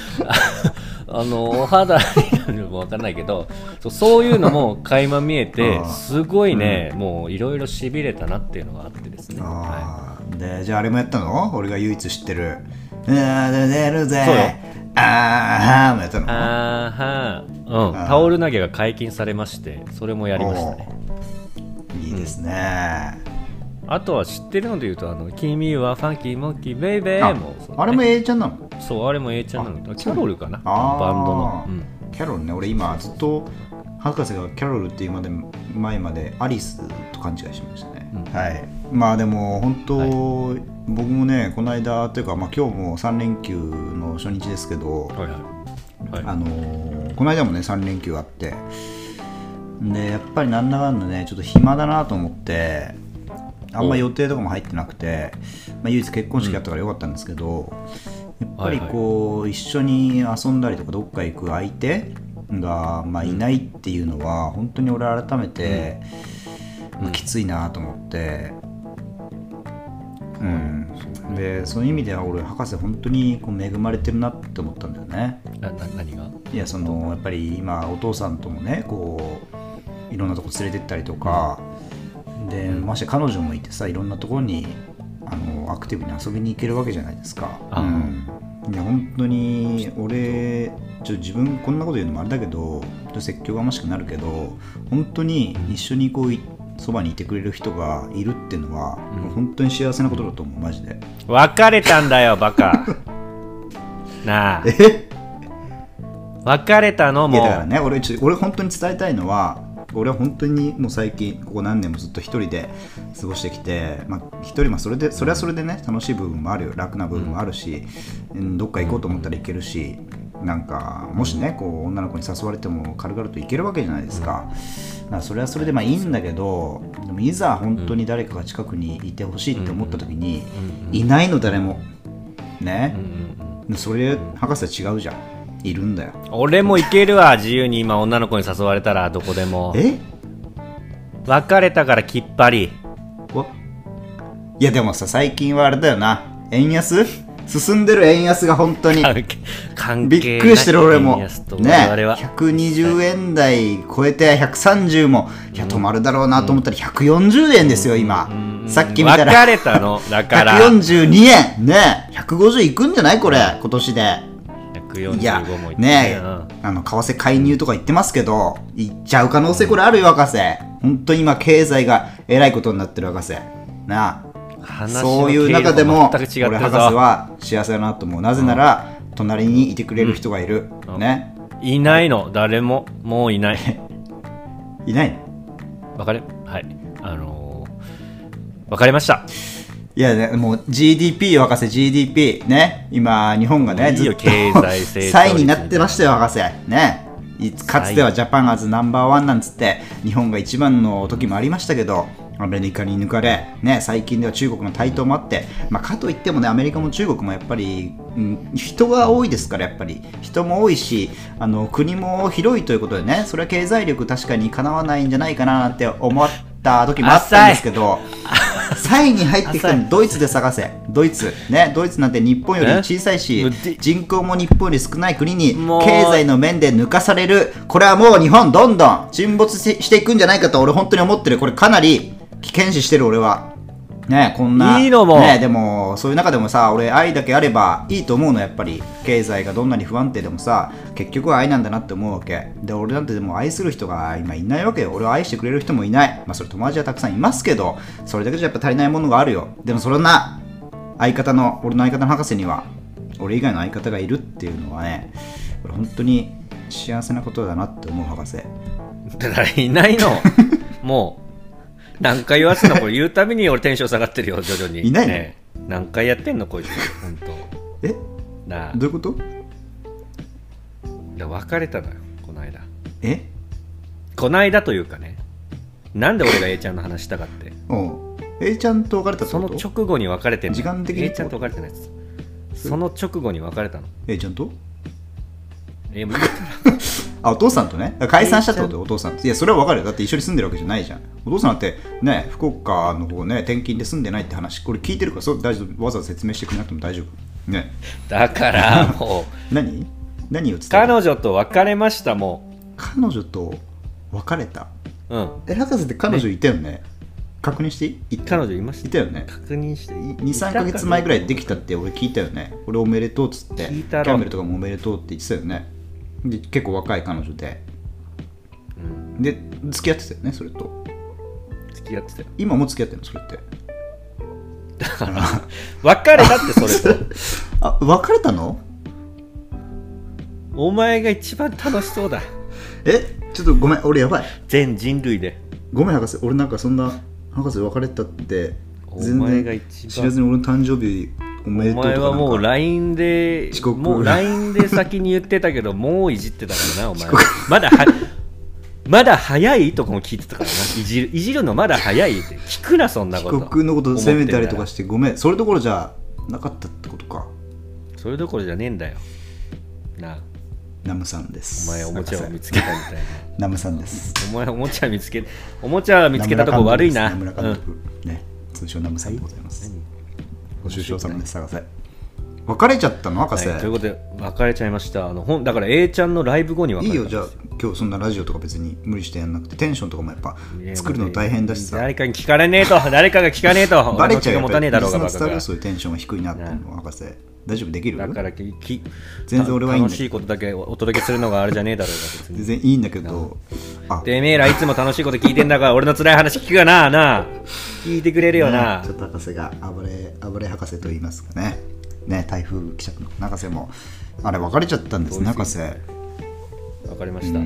お肌になるのも分かんないけどそういうのも垣間見えてすごいね、もういろいろしびれたなっていうのがあってですね。 でじゃああれもやったの？俺が唯一知ってる出るぜあーもやったの？ タオル投げが解禁されましてそれもやりましたね。 いいですね。 あとは知ってるのでいうと君はファンキーモンキーベイベーもあれも A ちゃんなの？ そうあれも A ちゃんなの。キャロルかなバンドの、 キャロルね。俺今ずっと博士がキャロルっていう前までアリスと勘違いしましたね。まあでも本当、僕もねこの間というか、今日も3連休の初日ですけど、この間もね3連休あってでやっぱりなんだかんだねちょっと暇だなと思ってあんま予定とかも入ってなくて、唯一結婚式あったからよかったんですけど、やっぱりこう、一緒に遊んだりとかどっか行く相手が、まあ、いないっていうのは本当に俺改めて、まあ、きついなと思って、でそういう意味では俺博士本当にこう恵まれてるなって思ったんだよね。 何が？ いややっぱり今お父さんともねこういろんなとこ連れてったりとかで、まして彼女もいてさ、いろんなところにアクティブに遊びに行けるわけじゃないですか。いや本当に俺自分こんなこと言うのもあれだけど説教がましくなるけど、本当に一緒にこうそばにいてくれる人がいるっていうのは、本当に幸せなことだと思う。マジで別れたんだよバカなあ別れたのも。 いやだからね、俺本当に伝えたいのは、俺は本当にもう最近ここ何年もずっと一人で過ごしてきて、一人それはそれでね楽しい部分もあるよ、楽な部分もあるし、どっか行こうと思ったら行けるし、なんかもしねこう女の子に誘われても軽々と行けるわけじゃないですか。だからそれはそれでいいんだけど、でもいざ本当に誰かが近くにいてほしいって思った時に、いないの誰もね、それ博士は違うじゃん。いるんだよ。 俺も行けるわ、自由に今女の子に誘われたらどこでも。別れたからきっぱり。 いやでもさ、最近はあれだよな、円安進んでる、円安が本当にびっくりしてる。俺もね、120円台超えて130も止まるだろうなと思ったら140円ですよ今。さっき見たら別れたのだから 142円ね、150いくんじゃないこれ今年で。いやね、為替介入とか言ってますけど、いっちゃう可能性これあるよ博士。本当に今経済がえらいことになってる博士なあ。そういう中でも俺博士は幸せだなと思う。なぜなら隣にいてくれる人がいる、ね。 いないの誰も、もういないいないの。 はい分かりました。 いや、ね、もう GDP 博士 GDP ね、今日本がねずっと3位になってましたよ博士ね。かつてはジャパンアズナンバーワンなんつって日本が一番の時もありましたけど、アメリカに抜かれ、ね、最近では中国の台頭もあって、かといってもねアメリカも中国もやっぱり、人が多いですから、やっぱり人も多いし国も広いということでね、それは経済力確かにかなわないんじゃないかななんて思った時もあったんですけど、3位に入ってきたのドイツで探せ。ドイツなんて日本より小さいし人口も日本より少ない国に経済の面で抜かされる。これはもう日本どんどん沈没していくんじゃないかと俺本当に思ってる。これかなり危険視してる俺はね。こんないいのも、 ね、でもそういう中でもさ、俺愛だけあればいいと思うの。やっぱり経済がどんなに不安定でもさ、結局は愛なんだなって思うわけで、俺なんてでも愛する人が今いないわけよ。俺を愛してくれる人もいない。それ友達はたくさんいますけど、それだけじゃやっぱ足りないものがあるよ。でもそんな俺の相方の博士には俺以外の相方がいるっていうのはね、俺本当に幸せなことだなって思う博士。 だからいないのもう何回言わすのこれ言うたびに俺テンション下がってるよ徐々に。 いないの、 ね、何回やってんのこいつ本当。なあどういうこと？ 別れたのよこの間。 この間というかね、なんで俺が A ちゃんの話したかって。 A ちゃんと別れたってこと？ その直後に別れてんの。 時間的に A ちゃんと別れてないです。その直後に別れたの。 A ちゃんと？ もういいからお父さんとね解散したってことよ。お父さん。いやそれは分かるよ。だって一緒に住んでるわけじゃないじゃん。お父さんだってね福岡の方ね転勤で住んでないって話これ聞いてるから、そう大丈夫。わざわざ説明してくれなくても大丈夫ね。 だからもう何を伝えた？ 彼女と別れました。もう彼女と別れた。博士って彼女いたよね。確認していい？ 彼女いました。 いたよね。 確認していい？ 2,3 ヶ月前ぐらいできたって俺聞いたよね。俺おめでとうっつって、キャンベルとかもおめでとうって言ってたよね。で結構若い彼女で、で付き合ってたよね。それと付き合ってたよ。 今も付き合ってるのそれって。 だから別れたってそれと別れたの？ お前が一番楽しそうだ。 ちょっとごめん俺やばい。 全人類でごめん博士。俺なんかそんな博士別れたって全然知らずに俺の誕生日おめでとうとか。お前はもう LINE でもう LINE で先に言ってたけどもういじってたからなお前まだ早いとかも聞いてたからな。いじるのまだ早いって聞くなそんなこと。 帰国のこと責めたりとかしてごめん。それどころじゃなかったってことか。 それどころじゃねえんだよな。 ナムさんです。 お前おもちゃを見つけたみたいな。 ナムさんです。 お前おもちゃ見つけたとこ悪いな。 名村監督、ね、通称ナムさんでございます。ご愁傷様です。博士。別れちゃったの博士、 ということで別れちゃいました。だから A ちゃんのライブ後に別れた。 いいよ、じゃあ今日そんなラジオとか別に無理してやんなくて、テンションとかもやっぱ作るの大変だしさ、 誰かに聞かれねえと、誰かが聞かねえとバレちゃうよ。 持たねえだろうがバカがそういうテンションが低いなっての博士、大丈夫できる？ だから全然俺はいいんだけど、 楽しいことだけお届けするのがあれじゃねえだろうが別に全然いいんだけど、 てめえらいつも楽しいこと聞いてんだから俺の辛い話聞くがな聞いてくれるよな、 ちょっと博士が暴れ博士と言いますかね、台風記者の博士もあれ別れちゃったんですね。博士分かりました。はい、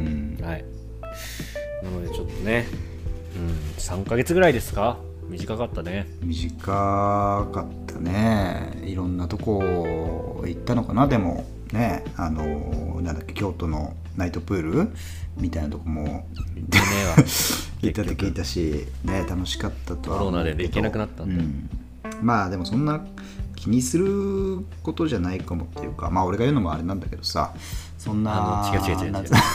なのでちょっとね、3ヶ月ぐらいですか。短かったね。短かったね。 いろんなとこ行ったのかな。でもね、なんだっけ、京都のナイトプールみたいなとこも行ったって聞いたし、ね、楽しかったとは思うけど、 コロナで行けなくなったんだ、 まあでもそんな気にすることじゃないかもっていうか、まあ俺が言うのもあれなんだけどさ、そんな違う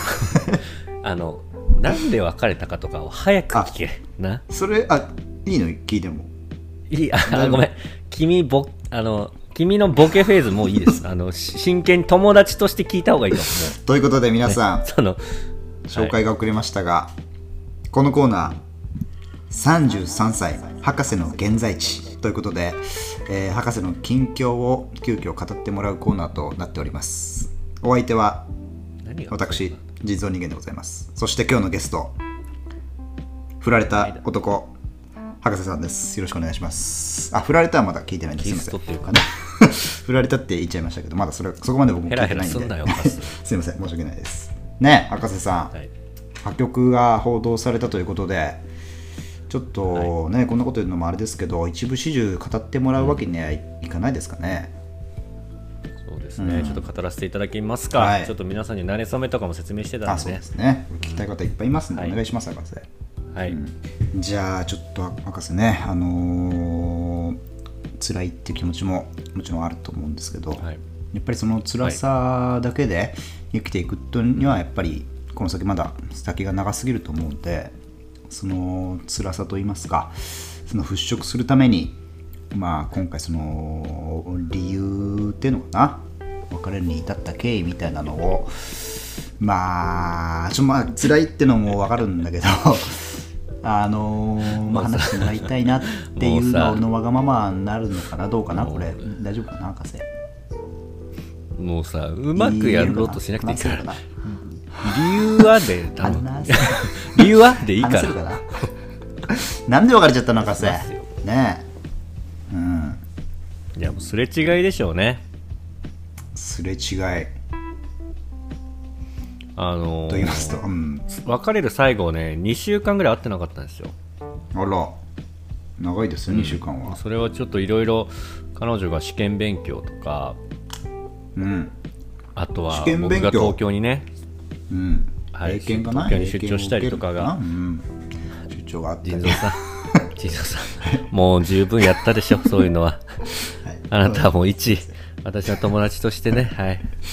なんで別れたかとかを早く聞けな。 それいいの聞いてもいい。ごめん、君のボケフェーズもういいです。真剣に友達として聞いた方がいいと思う。 ということで皆さん、紹介が遅れましたが、このコーナー33歳博士の現在地ということで、博士の近況を急遽語ってもらうコーナーとなっております。お相手は私、人造人間でございます。そして今日のゲスト、振られた男、博士さんです。よろしくお願いします。振られたはまだ聞いてないんです。すいません。振られたって言っちゃいましたけど、まだそこまで僕も聞いてないんですいません、申し訳ないですね。博士さん、破局が報道されたということで、ちょっとね、こんなこと言うのもあれですけど、一部始終語ってもらうわけにはいかないですかね。 そうですね、ちょっと語らせていただきますか。ちょっと皆さんに慣れ初めとかも説明してたんでね。 そうですね、聞きたい方いっぱいいますので、お願いします、博士。じゃあちょっと博士ね、辛いっていう気持ちももちろんあると思うんですけど、やっぱりその辛さだけで生きていくにはやっぱりこの先まだ先が長すぎると思うので、その辛さといいますか、その払拭するために、今回その理由っていうのかな、別れるに至った経緯みたいなのを辛いってのも分かるんだけど話してもらいたいなっていうのは俺のわがままになるのかな、どうかな、これ大丈夫かな博士。 もうさ、うまくやろうとしなくていいから、理由はで理由はでいいからなんで別れちゃったの博士ねえ。いやもうすれ違いでしょうね。 すれ違いと言いますと、 別れる最後ね、2週間ぐらい会ってなかったんですよ。 あら、長いですよ、2週間は。 それはちょっといろいろ彼女が試験勉強とか、あとは僕が東京にね、東京に出張したりとかが、 出張があったり、 人造さんもう十分やったでしょそういうのは。あなたはもう私の友達としてね、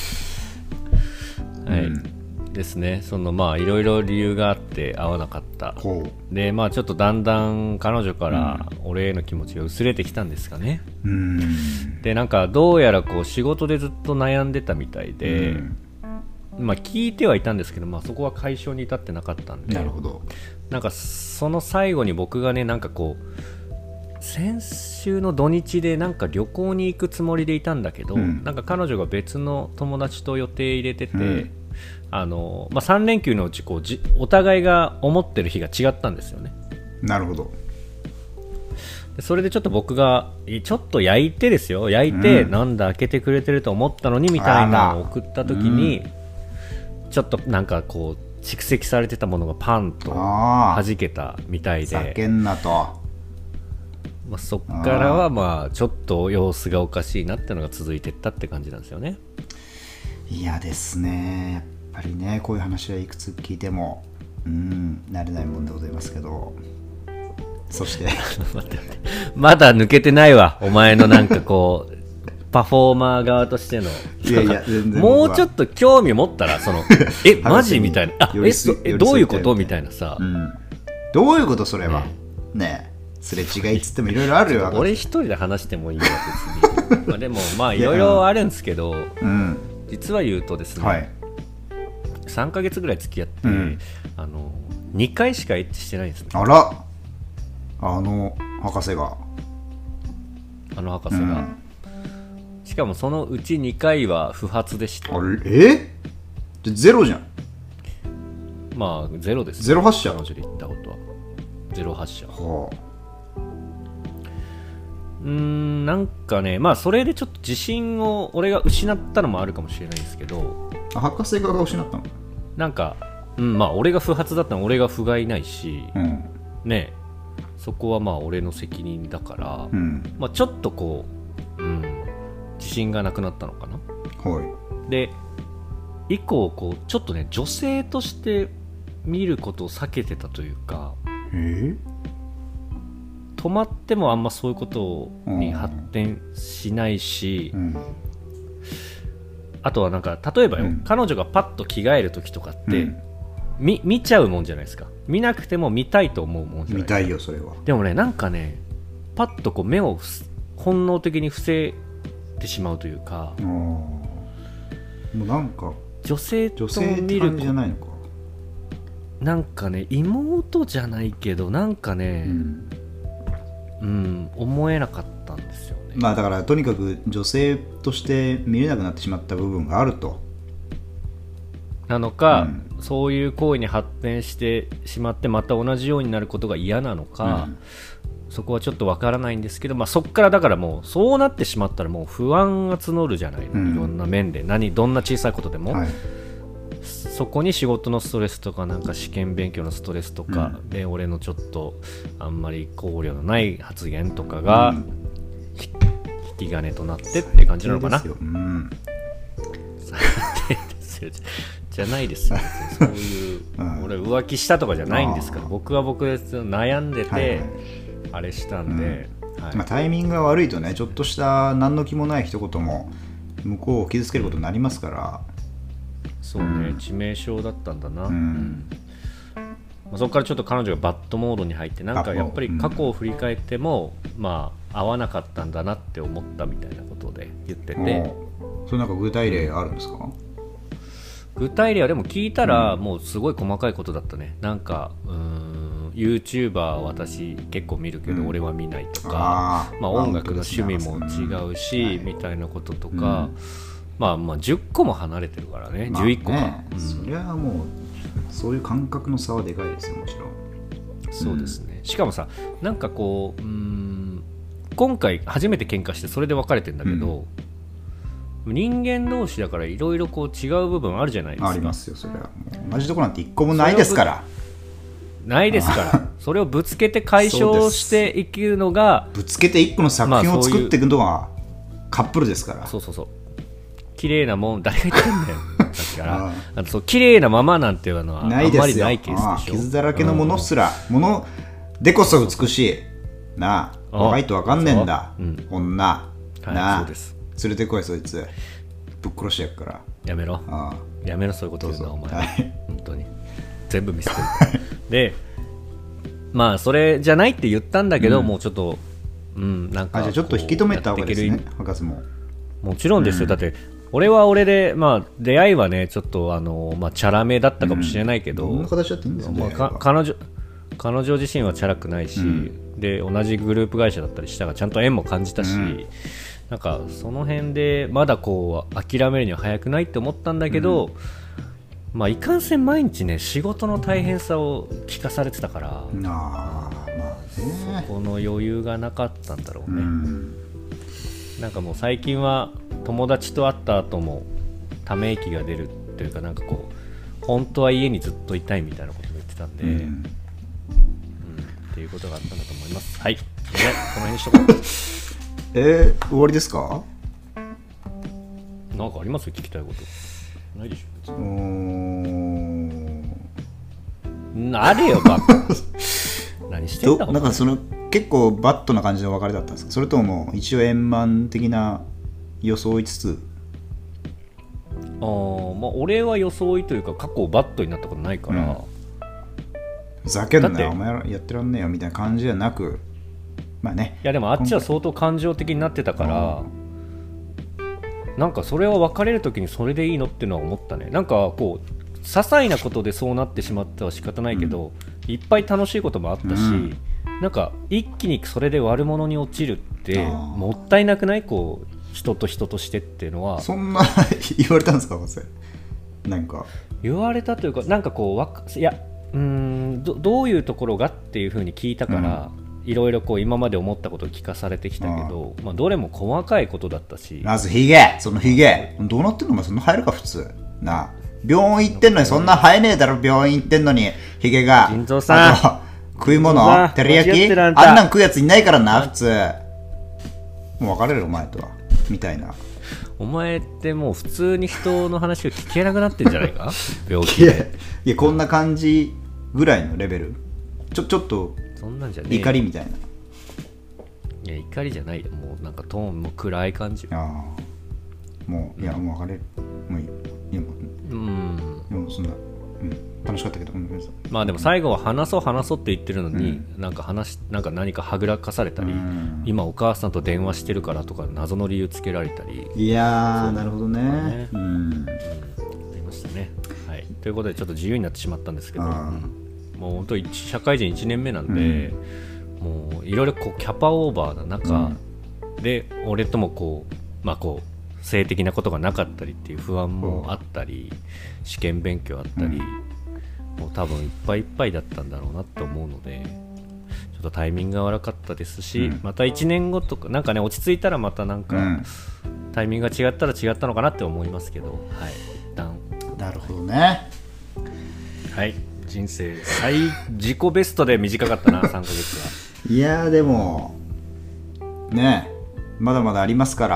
ですね。いろいろ理由があって会わなかった。でちょっとだんだん彼女から俺への気持ちが薄れてきたんですかね。でなんかどうやらこう仕事でずっと悩んでたみたいで、聞いてはいたんですけど、そこは解消に至ってなかったんで。 なるほど。 なんかその最後に僕がね、なんかこう先週の土日でなんか旅行に行くつもりでいたんだけど、なんか彼女が別の友達と予定入れてて、3連休のうちお互いが思ってる日が違ったんですよね。 なるほど。 それでちょっと僕がちょっと焼いて、なんだ開けてくれてると思ったのにみたいなのを送った時に、ちょっとなんかこう蓄積されてたものがパンと弾けたみたいで、 叫んなと、 そっからはちょっと様子がおかしいなってのが続いてったって感じなんですよね。 嫌ですね、やっぱりね、こういう話はいくつ聞いても慣れないもんでございますけど、そしてまだ抜けてないわ、お前のなんかこうパフォーマー側としてのいやいや全然もうちょっと興味持ったらマジみたいなどういうことみたいなさ、 どういうことそれはねえすれ違いっつってもいろいろあるよ。 俺一人で話してもいいよ別にまあでもまあいろいろあるんですけど、実は言うとですね、はい、3ヶ月ぐらい付き合って、2回しかエッチしてないんですね。 あら博士がしかもそのうち2回は不発でした。 ゼロじゃん。 まあゼロです、 ゼロ発射。 彼女で言ったことはゼロ発射。なんかね、まあそれでちょっと自信を俺が失ったのもあるかもしれないんですけど。 博士側が失ったの？ なんか、まあ俺が不発だったの俺が不甲斐ないし、ね、そこはまあ俺の責任だから、まあちょっとこう、自信がなくなったのかな。で以降こうちょっとね女性として見ることを避けてたというか、止まってもあんまそういうことに発展しないし、あとはなんか例えばよ、彼女がパッと着替える時とかって、見ちゃうもんじゃないですか。見なくても見たいと思うもんじゃないですか。見たいよそれは。 でもね、なんかねパッとこう目を本能的に伏せてしまうというか、 もうなんか女性と見るじゃないのか。なんかね妹じゃないけどなんかね、思えなかったんですよね。 まあだからとにかく女性として見れなくなってしまった部分があるとなのか、そういう行為に発展してしまってまた同じようになることが嫌なのか、そこはちょっとわからないんですけど、まあ、そこからだからもうそうなってしまったらもう不安が募るじゃないの、いろんな面でどんな小さいことでも、そこに仕事のストレスとかなんか試験勉強のストレスとか、で俺のちょっとあんまり考慮のない発言とかが、引き金となってって感じなのかな。最低ですよ、じゃないですよ、そういう、俺浮気したとかじゃないんですから。僕は僕で悩んでて、あれしたんで、 まあ、タイミングが悪いとね、ちょっとした何の気もない一言も向こうを傷つけることになりますから。 そうね、致命傷だったんだな。そこからちょっと彼女がバッドモードに入って、なんかやっぱり過去を振り返っても、まあ合わなかったんだなって思ったみたいなことで言ってて。 それなんか具体例あるんですか？ 具体例はでも聞いたらもうすごい細かいことだったね。なんかYouTuber 私結構見るけど俺は見ないとか、まあ音楽の趣味も違うしみたいなこととか、まあ10個も離れてるからね、11個か。 そりゃもうそういう感覚の差はでかいですよ、もちろん。 そうですね。しかもさ、なんかこう今回初めて喧嘩してそれで別れてんだけど、人間同士だからいろいろこう違う部分あるじゃないですか。 ありますよ、それは。同じとこなんて一個もないですから。 ないですからそれをぶつけて解消していくのが、 ぶつけて一個の作品を作っていくのがカップルですから。 そう綺麗なもん、誰が言ってんだよさっきからそう綺麗なままなんていうのはあんまりないケースでしょ。 傷だらけのものすら、ものでこそ美しいなあ。若いと分かんねえんだ、女なあ。そうです。連れてこい、そいつぶっ殺してやるから。 やめろ、やめろ、そういうこと言うなお前、本当に全部見捨てるで、まあそれじゃないって言ったんだけど、もうちょっとなんかじゃあちょっと引き止めた方がいいですね、博士も。 もちろんですよ、だって俺は俺で、まあ出会いはねちょっとまあチャラめだったかもしれないけど、 どんな形だっていいんですよね。 彼女自身はチャラくないし、で同じグループ会社だったりしたからちゃんと縁も感じたし、なんかその辺でまだこう諦めるには早くないって思ったんだけど、まあいかんせん毎日ね仕事の大変さを聞かされてたから、そこの余裕がなかったんだろうね。なんかもう最近は友達と会った後もため息が出るというか、なんかこう本当は家にずっといたいみたいなことを言ってたんで、っていうことがあったんだと思います。はい、この辺にしとこう終わりですか？ なんかあります？聞きたいことないでしょ。あれよバカ何してんだ。 なんかその結構バッドな感じの別れだったんですか？それとも一応円満的な装いつつ、 まあ俺は装いというか過去バットになったことないから、 ふざけんだってなよお前らやってらんねえよみたいな感じじゃなく、まあね、 いやでもあっちは相当感情的になってたからなんかそれは別れる時にそれでいいのっていうのは思ったね。なんかこう些細なことでそうなってしまっては仕方ないけど、いっぱい楽しいこともあったし、なんか一気にそれで悪者に落ちるってもったいなくない？こう人と人としてっていうのはそんな言われたんですか博士。なんか言われたというか、なんかこういやどういうところがっていう風に聞いたから、いろいろこう今まで思ったことを聞かされてきたけど、まあ、どれも細かいことだったし、 まずヒゲ、そのヒゲどうなってんの？お前そんな生えるか普通なあ。病院行ってんのにそんな生えねえだろ。病院行ってんのにヒゲが。 腎臓さん、 あと食い物照り焼きあん間違ってるあんたなん食うやついないからな普通。もう別れるお前とはみたいな。 お前ってもう普通に人の話を聞けなくなってんじゃないか病気いやで。 いやこんな感じぐらいのレベル。ちょっとそんなんじゃねえ。 怒りみたいな。 いや怒りじゃないよ。もうなんかトーンも暗い感じ。 ああもういやもう別れる。もういい。いやもうでもそんな、楽しかったけどごめんなさい。 まあでも最後は話そうって言ってるのに、なんか何かはぐらかされたり、今お母さんと電話してるからとか謎の理由つけられたり。 いやーなるほどね。 ありましたね。はい。ということでちょっと自由になってしまったんですけど、もう本当に社会人1年目なんで、もういろいろこうキャパオーバーな中で、俺ともこう性的なことがなかったりっていう不安もあったり、試験勉強あったり、もう多分いっぱいいっぱいだったんだろうなと思うので、ちょっとタイミングが悪かったですし、また1年後とかなんかね落ち着いたらまたなんか、タイミングが違ったら違ったのかなって思いますけど、はい、一旦なるほどね。 はい、人生自己ベストで短かったな3ヶ月は。 いやーでもねまだまだありますから。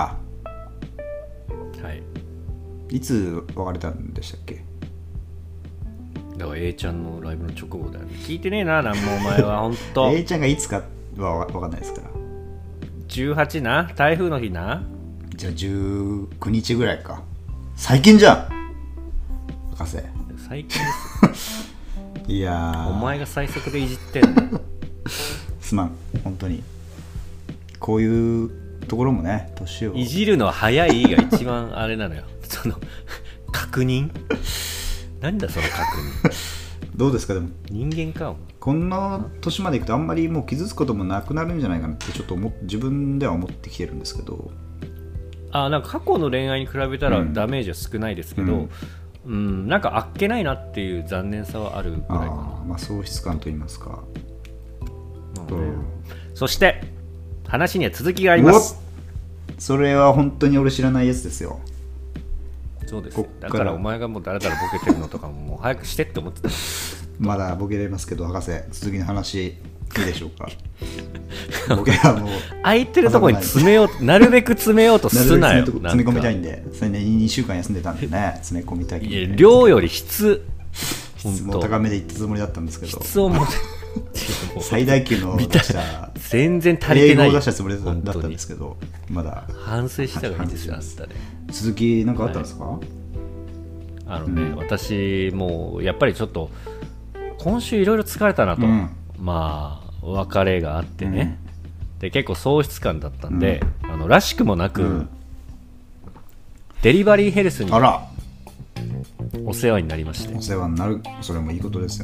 いつ別れたんでしたっけ？ だから A ちゃんのライブの直後だよね。聞いてねえななんもお前は本当。 A ちゃんがいつかは分かんないですから。 18な、台風の日な。 じゃあ19日ぐらいか。最近じゃん博士。 最近ですよ。 いやーお前が最速でいじってんの。 すまん本当に。こういうところもね年をいじるのは早いが一番あれなのよ。その確認なんだその確認。 どうですか？でも人間か。 こんな年までいくとあんまりもう傷つくこともなくなるんじゃないかなってちょっと自分では思ってきてるんですけど。 なんか過去の恋愛に比べたらダメージは少ないですけど、なんかあっけないなっていう残念さはあるぐらいかな。 まあ喪失感と言いますか。 そして話には続きがあります。 それは本当に俺知らないやつですよ。 そうです。だからお前がもうだらだらボケてるのとかもう早くしてって思ってた。 まだボケれますけど博士続きの話いいでしょうか？ボケはもう空いてるところに詰めようなるべく詰めようとすなよ。 詰め込みたいんで、それね2週間休んでたんでね詰め込みたいけど、ね、 いや量より質も高めでいったつもりだったんですけど、 質を持て最大級の出した全然足りてない。 英語を出したつもりだったんですけど、まだ反省した方がいいですよ。あんたね。 続き何かあったんですか？ 私もうやっぱりちょっと今週いろいろ疲れたなと、まあ別れがあってね、で結構喪失感だったんで、らしくもなく、デリバリーヘルスにお世話になりまして。 お世話になる、それもいいことですよ。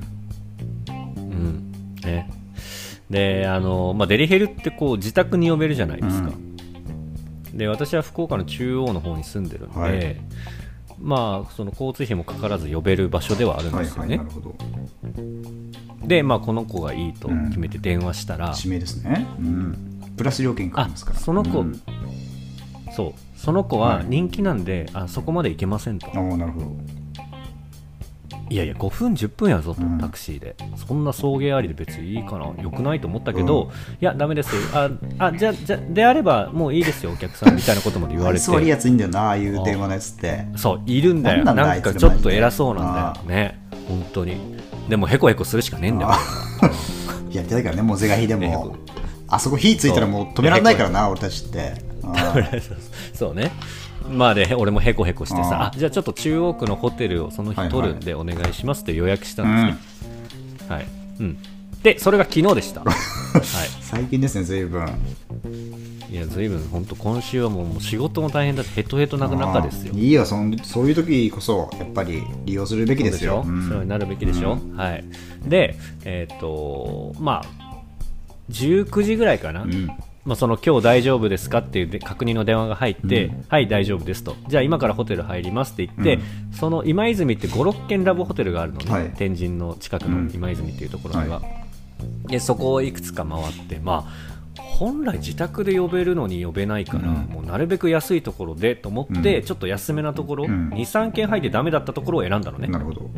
ね、でデリヘルってこう自宅に呼べるじゃないですか。で私は福岡の中央の方に住んでるんで、まあその交通費もかからず呼べる場所ではあるんですよね。でまあこの子がいいと決めて電話したら、 指名ですね。プラス料金かかりますから。 その子、その子は人気なんで、そこまで行けませんと。 なるほど。 いやいや5分10分やぞと、タクシーでそんな送迎ありで別にいいかな、よくないと思ったけど、いやダメですよ、じゃであればもういいですよお客さんみたいなことまで言われて。 そういいやついいんだよな、ああいう電話のやつって。 そういるんだよ。なんかちょっと偉そうなんだよね本当に。でもヘコヘコするしかねえんだよ。 やりたいからね、もう是が非でもあそこ火ついたらもう止められないからな俺たちって。 そうね。まあで俺もヘコヘコしてさ、 ああじゃあちょっと中央区のホテルをその日取るんでお願いしますって予約したんですね。はい。うん。でそれが昨日でした。はい。 最近ですね、随分。 いや随分本当今週はもう仕事も大変だってヘトヘトな中ですよ。 いいよ、そういう時こそやっぱり利用するべきですよ。 そうになるべきでしょ。はい。でまあ19時ぐらいかな。まあ、その今日大丈夫ですかっていう確認の電話が入って、はい大丈夫ですと、じゃあ今からホテル入りますって言って、その今泉って 5,6 軒ラブホテルがあるのね、 はい天神の近くの今泉っていうところには、でそこをいくつか回って、まあ本来自宅で呼べるのに呼べないから、もうなるべく安いところでと思って、ちょっと安めなところ、2、3軒入ってダメだったところを選んだのね。 なるほど。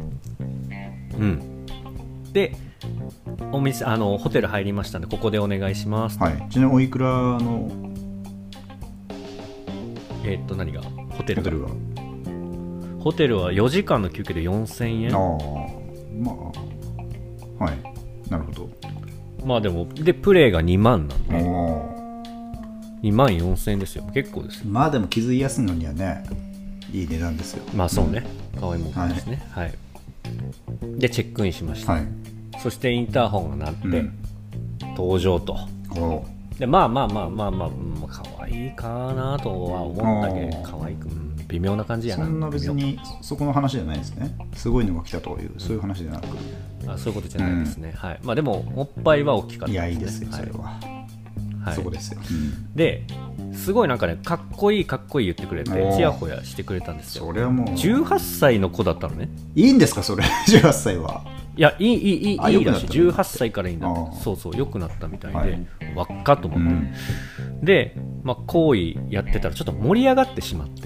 でお店ホテル入りましたんでここでお願いしますと。 はい。ちなみにおいくらの何がホテルがホテルは？ ホテルは4時間の休憩で4000円。 ああ、まあはい。なるほど。 まあでもでプレイが2万なんであ 2万4000円ですよ。結構ですよ。 まあでも気づいやすいのにはね、いい値段ですよ。 まあそうね、可愛いもんですね。はい。でチェックインしました。 はい。 そしてインターホンが鳴って、登場と。 おでまあ可愛いかなとは思ったけど、可愛く微妙な感じやな。 そんな別にそこの話じゃないですね。すごいのが来たというそういう話じゃなく、 そういうことじゃないですね。はい。まあでもおっぱいは大きかったですね。 いやいいですよそれは。 はい。 そこですよ。 ですごいなんかねかっこいい言ってくれてチヤホヤしてくれたんですよ。 それはもう 18歳の子だったのね。 いいんですかそれ18歳は。 いやいいらしい。 良くなった 18歳からいいんだって。そう良くなったみたいで、わっかと思って、で、まあ、行為やってたらちょっと盛り上がってしまって、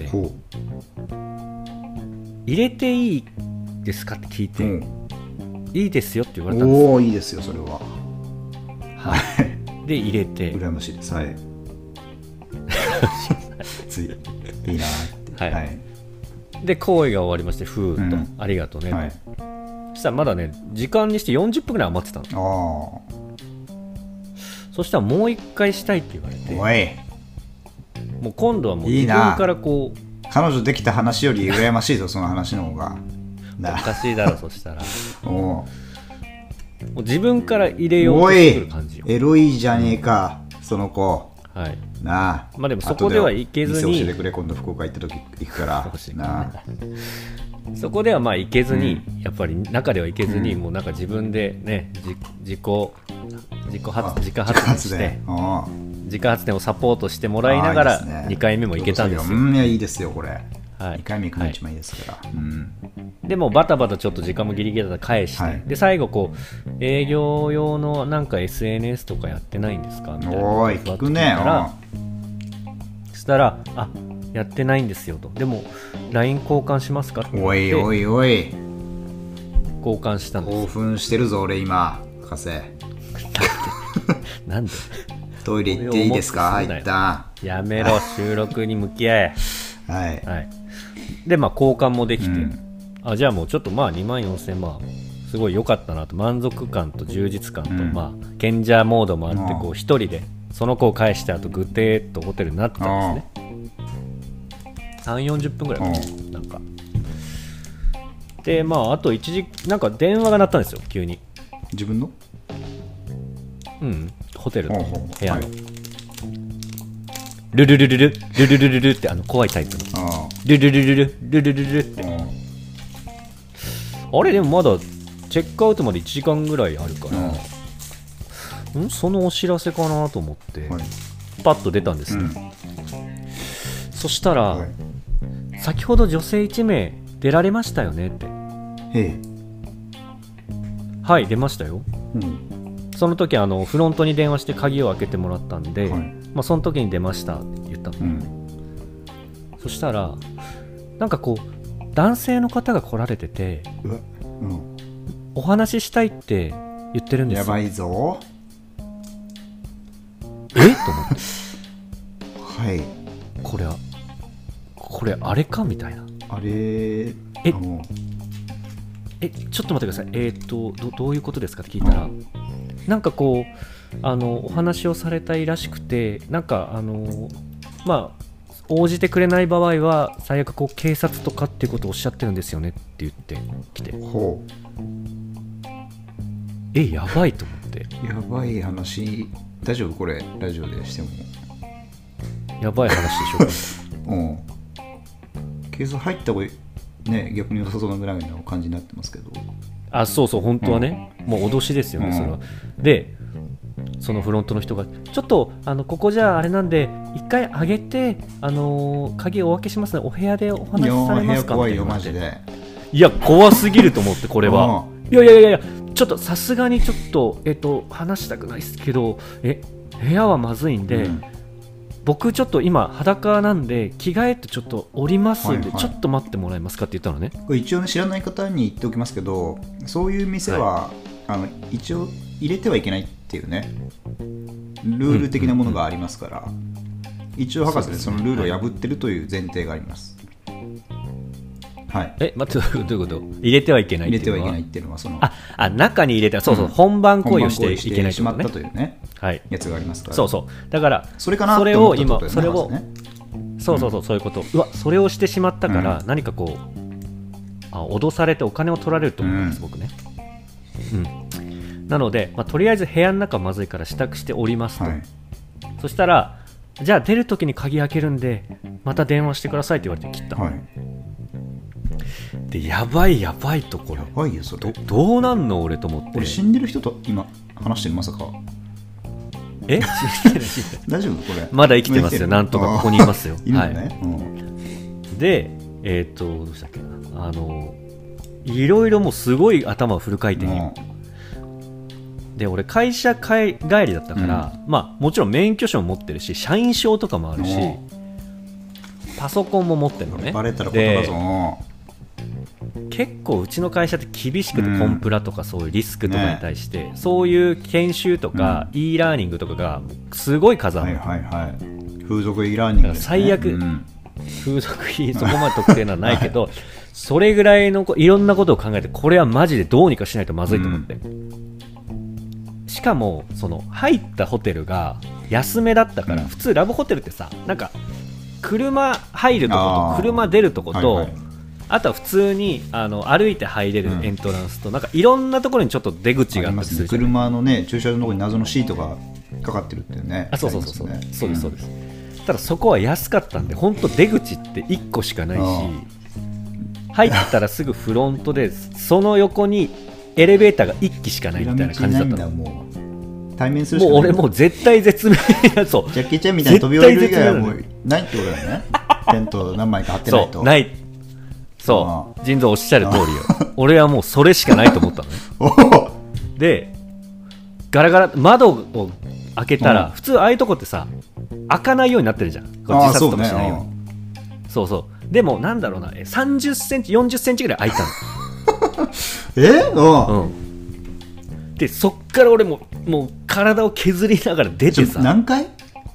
入れていいですかって聞いて、いいですよって言われたんですよ。 おおいいですよそれは。 で入れて羨ましいです。はいついいいなって。 はい、で行為が終わりましてふーっと、ありがとうね、 はい、 そしたらまだね時間にして40分ぐらい余ってたの。そしたらもう一回したいって言われて、 おいもう今度はもう自分からこう彼女できた話より羨ましいぞその話の方が。 おかしいだろそしたらもう自分から入れようとしてくる感じよ。 エロいじゃねえかその子。 はい。 なあ。 まあでもそこでは行けずに。 店教えてくれ今度福岡行った時行くからなあ。 そこではまあ行けずに、やっぱり中では行けずに、もうなんか自分でね自家発電して自家発電をサポートしてもらいながら2回目も行けたんですよ。 いやいいですよこれ。2回目行くの一番いいですから。 でもバタバタちょっと時間もギリギリだったら返して、で最後こう営業用のなんか SNS とかやってないんですかみたいな。 おい聞くね。 そしたらやってないんですよと。でも LINE 交換しますかって言って。 おい交換したんです。 興奮してるぞ俺今博士。 なんでトイレ行っていいですか一旦。 やめろ収録に向き合え。はい。でまあ交換もできて、じゃあもうちょっとまあ2万4000まあすごい良かったなと、満足感と充実感と、まあ賢者モードもあってこう一人でその子を返してあとグテーっとホテルになってたんですね。3、40分ぐらいなんかでまああと1時なんか電話が鳴ったんですよ急に。 自分のホテルの部屋のルルルルルルルルルルって怖いタイプのルルルルルルルルルってあれでもまだチェックアウトまで1時間ぐらいあるからそのお知らせかなと思ってパッと出たんですね。そしたら先ほど女性1名出られましたよねって。はい出ましたよ。その時フロントに電話して鍵を開けてもらったんで、まあ、その時に出ましたって言ったの、そしたらなんかこう男性の方が来られてて、お話ししたいって言ってるんですよ。 やばいぞと思ってこれあれかみたいな。 あれちょっと待ってください。どういうことですかって聞いたら、なんかこうお話をされたいらしくて、なんかまあ応じてくれない場合は最悪こう警察とかっていうことをおっしゃってるんですよねって言ってきて、 ほやばいと思って、 う。やばい話、大丈夫これ、ラジオでしても。 やばい話でしょうん。警察入った方がね、逆に良さそうなぐらいの感じになってますけど。 あ、そうそう、本当はね、もう脅しですよね、それは。で、そのフロントの人が、ちょっとここじゃあれなんで、一回上げて、鍵をお開けしますね、お部屋でお話しされますか怖いよ、 みたいな。 マジで。 いや、怖すぎると思って、これは。いやいやいやいや、ちょっとさすがにちょっと、話したくないですけど、部屋はまずいんで、僕ちょっと今裸なんで着替えてちょっと降りますんで、ちょっと待ってもらえますかって言ったのね。 これ一応ね、知らない方に言っておきますけど、そういう店は、一応入れてはいけないっていうねルール的なものがありますから、一応博士でそのルールを破ってるという前提があります。はい。 待って、どういうこと？入れてはいけないっていうのは？ 入れてはいけないっていうのはその中に入れたら、そうそう、本番行為をしていけないしまったというね、やつがありますから。 そうそう。だからそれかなと思ったと、 それをそういうこと。それをしてしまったから、何かこう脅されてお金を取られると思うんです、僕ね。なので、とりあえず部屋の中まずいから支度しておりますと。そしたら、じゃあ出るときに鍵開けるんでまた電話してくださいって言われて切ったの。で、やばいと、これやばいよそれ。 どうなんの俺と思って。 俺死んでる人と今話してる、まさか。 死んでる大丈夫これ？ まだ生きてますよ、なんとかここにいますよ。 いるのね。 で、どうしたっけな、いろいろもうすごい頭をフル回転に。で、俺会社帰りだったから、もちろん免許証も持ってるし、社員証とかもあるし、パソコンも持ってるのね。 バレたらことだぞ。 結構うちの会社って厳しくて、コンプラとかそういうリスクとかに対して、そういう研修とか、e ラーニングとかがすごい数ある。 風俗 e ラーニング、 最悪、風俗 e そこまで特定のはないけど、それぐらいのいろんなことを考えて、これはマジでどうにかしないとまずいと思って。しかもその入ったホテルが安めだったから、普通ラブホテルってさ、なんか車入るとこと車出るとこと、あとは普通に歩いて入れるエントランスと、なんかいろんなところにちょっと出口があったりする。 車のね、駐車場のところに謎のシートがかかってるっていうね。 そうです。ただそこは安かったんで、本当出口って1個しかないし、入ったらすぐフロントで、その横にエレベーターが1機しかないみたいな感じだったの。 もう対面するしかない。 もう俺もう絶対絶命な、そう、 ジャッキーちゃんみたいに飛び降りる以外はもうないってことだよね。テント何枚か張ってないと。 そうない。そう、腎臓おっしゃる通りよ。俺はもうそれしかないと思ったのね。で、ガラガラ窓を開けたら、普通ああいうとこってさ、開かないようになってるじゃん。自殺とかしないように。そう。でもなんだろうな、30センチ40センチぐらい開いたの。で、そっから俺もう体を削りながら出てさ。 何回？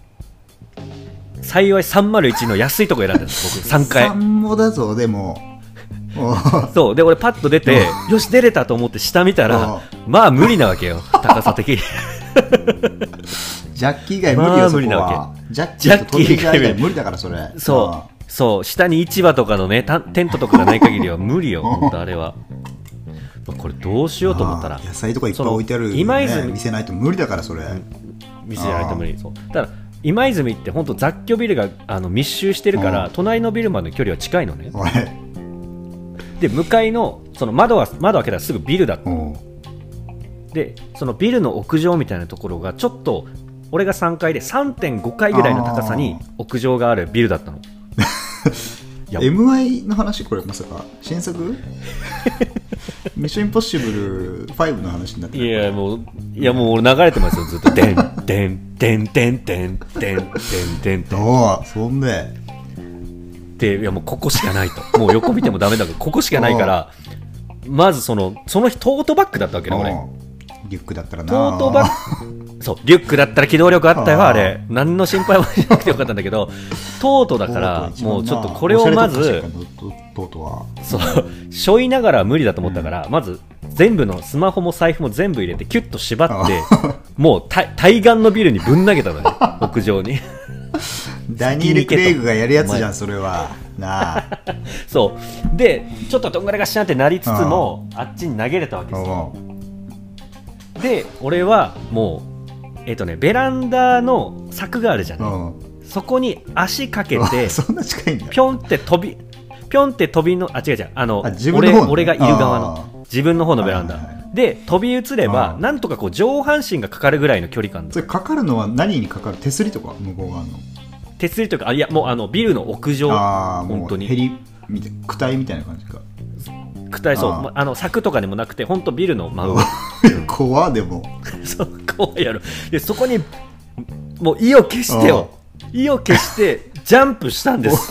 幸い301の安いとこ選んだんです僕。3回。 3もだぞ。でもそうで、俺パッと出て、よし出れたと思って下見たら、まあ無理なわけよ、高さ的に。 ジャッキー以外無理よ、そこは。ジャッキーとトリガー以外無理だから、それ。 そう、下に市場とかのね、テントとかがない限りは無理よ、本当あれは。これどうしようと思ったら、 野菜とかいっぱい置いてある、見せないと無理だから、それ。 見せないと無理。そうただ今泉って本当雑居ビルが密集してるから、隣のビルまでの距離は近いのね。で、向かいのその窓開けたらすぐビルだった。で、そのビルの屋上みたいなところがちょっと、俺が3階で 3.5 階ぐらいの高さに屋上があるビルだったの。 MI の話、これまさか新作ミッションインポッシブル5の話になってる。 いやもう俺流れてますよ、ずっと。でんでんでんでんでんでんでんでん。 そんでいやもうここしかないと。もう横見てもダメだけど、ここしかないから、まずその日トートバッグだったわけね、俺。 リュックだったらな。 トートバッグ、そう、リュックだったら機動力あったよ、あれ。何の心配もしなくてよかったんだけど、トートだから、もうちょっとこれをまず、そう、背負いながらは無理だと思ったから、まず全部のスマホも財布も全部入れて、キュッと縛って、もう対岸のビルにぶん投げたのね、屋上に。 ダニール・クレイグがやるやつじゃんそれはなあそうでちょっとどんぐらいがしなってなりつつもあっちに投げれたわけですよ。で俺はもうベランダの柵があるじゃない。そこに足かけてそんな近いんだ。 ピョンって飛びの違う自分の方の俺がいる側の自分の方のベランダ、で飛び移ればなんとかこう上半身がかかるぐらいの距離感。 それかかるのは何にかかる？手すりとか向こう側の手すりとかいやもうビルの屋上。本当にヘリみたい躯体みたいな感じか。 躯体そう柵とかでもなくて本当ビルの真上怖でもそう怖いやろ。でそこにもう意を決してジャンプしたんです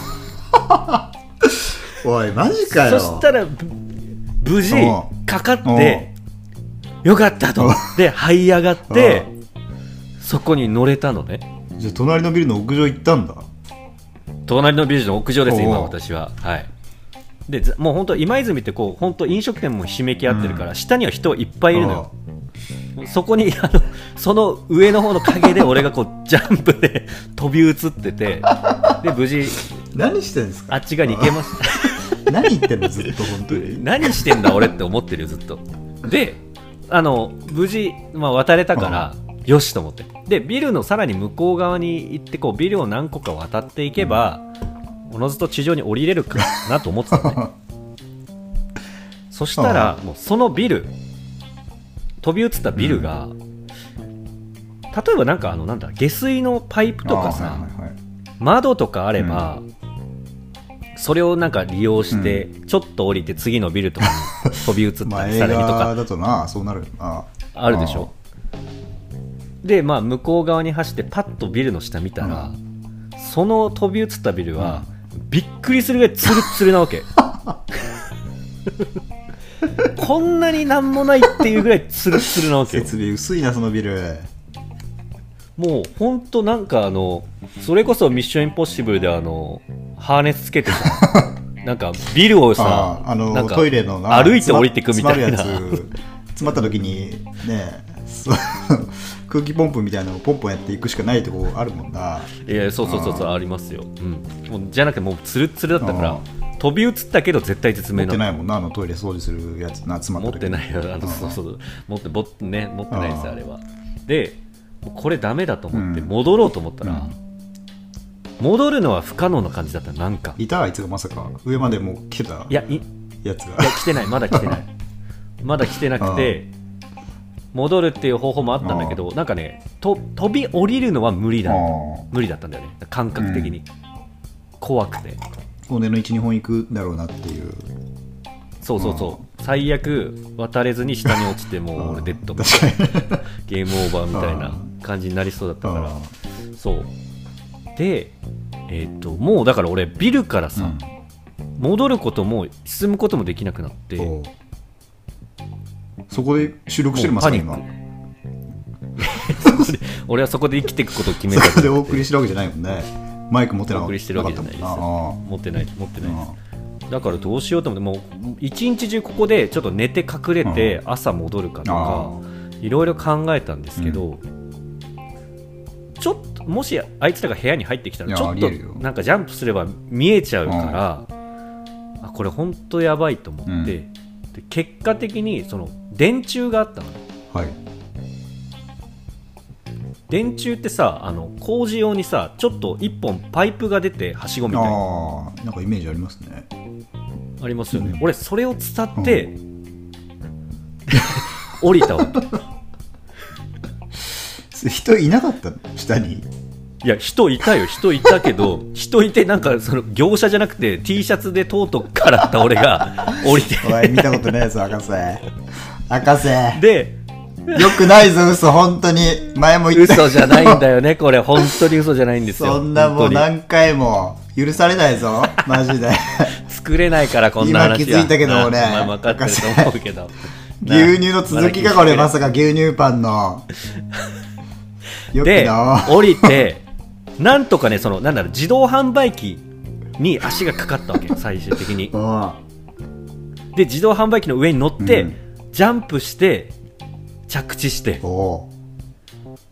おいマジかよ。 そしたら無事かかってよかったとで這い上がってそこに乗れたのね。 じゃあ隣のビルの屋上行ったんだ。 隣のビルの屋上です今私は。はいでもう本当今泉ってこう本当飲食店もひしめき合ってるから、下には人いっぱいいるのよ。そこにその上の方の影で俺がこうジャンプで飛び移っててで無事何してんですかあっち側に行けました何言ってんのずっと本当に何してんだ俺って思ってるよずっと。で無事、渡れたからよしと思って、でビルのさらに向こう側に行ってこうビルを何個か渡っていけばおのずと地上に降りれるかなと思ってたのねそしたらもうそのビル飛び移ったビルが、例えばなんかなんだ下水のパイプとかさ、窓とかあれば、それをなんか利用してちょっと降りて次のビルとかに飛び移ったりさらにとかだとなそうなるあるでしょ。で向こう側に走ってパッとビルの下見たら、その飛び移ったビルは、びっくりするぐらいツルツルなわけこんなになんもないっていうぐらいツルツルなわけよ。 設備薄いなそのビル。 もうほんとなんかそれこそミッションインポッシブルでハーネスつけてさなんかビルをさなんかトイレの歩いて降りてくみたいな詰まった時にね空気ポンプみたいなのをポンポンやっていくしかないとこあるもんな。 いやそうありますよ、もうじゃなくてもうツルツルだったから飛び移ったけど絶対絶命持ってないもんなトイレ掃除するやつな詰まった時持ってないよ持ってないですあれは。でこれダメだと思って戻ろうと思ったら、戻るのは不可能な感じだった。なんかいたあいつがまさか上までもう来てたやつが来てないまだ来てないまだ来てなくて戻るっていう方法もあったんだけど、なんかね飛び降りるのは無理だったんだよね感覚的に、怖くて骨の 1,2 本行くだろうなっていう。 そう最悪渡れずに下に落ちてもう俺デッドゲームオーバーみたいな感じになりそうだったからそうでもうだから俺ビルからさ、戻ることも進むこともできなくなってそこで収録してるますか今俺はそこで生きていくことを決めたそこでお送りしてるわけじゃないもんね。マイク持ってなかった。 お送りしてるわけじゃないです持ってないだからどうしようと思ってもう一日中ここでちょっと寝て隠れて朝戻るかとかいろいろ考えたんですけど、ちょっともしあいつらが部屋に入ってきたらちょっとなんかジャンプすれば見えちゃうからこれ本当やばいと思って、で結果的にその電柱があったの、電柱ってさ工事用にさちょっと一本パイプが出てはしごみたいななんかイメージありますね。 ありますよね、俺それを伝って、降りたわ人いなかったの下に。 いや人いたけど人いてなんかその業者じゃなくて T シャツでとうとうからった俺が降りておい見たことないやつ博士でよくないぞ嘘本当に前も言った嘘じゃないんだよねこれ本当に嘘じゃないんですよ。 そんなもう何回も許されないぞマジで作れないからこんな話は。 今気づいたけど俺分かってると思うけど牛乳の続きかこれまさか牛乳パンので降りてなんとかねそのなんだろう自動販売機に足がかかったわけ最終的にで自動販売機の上に乗って、ジャンプして着地して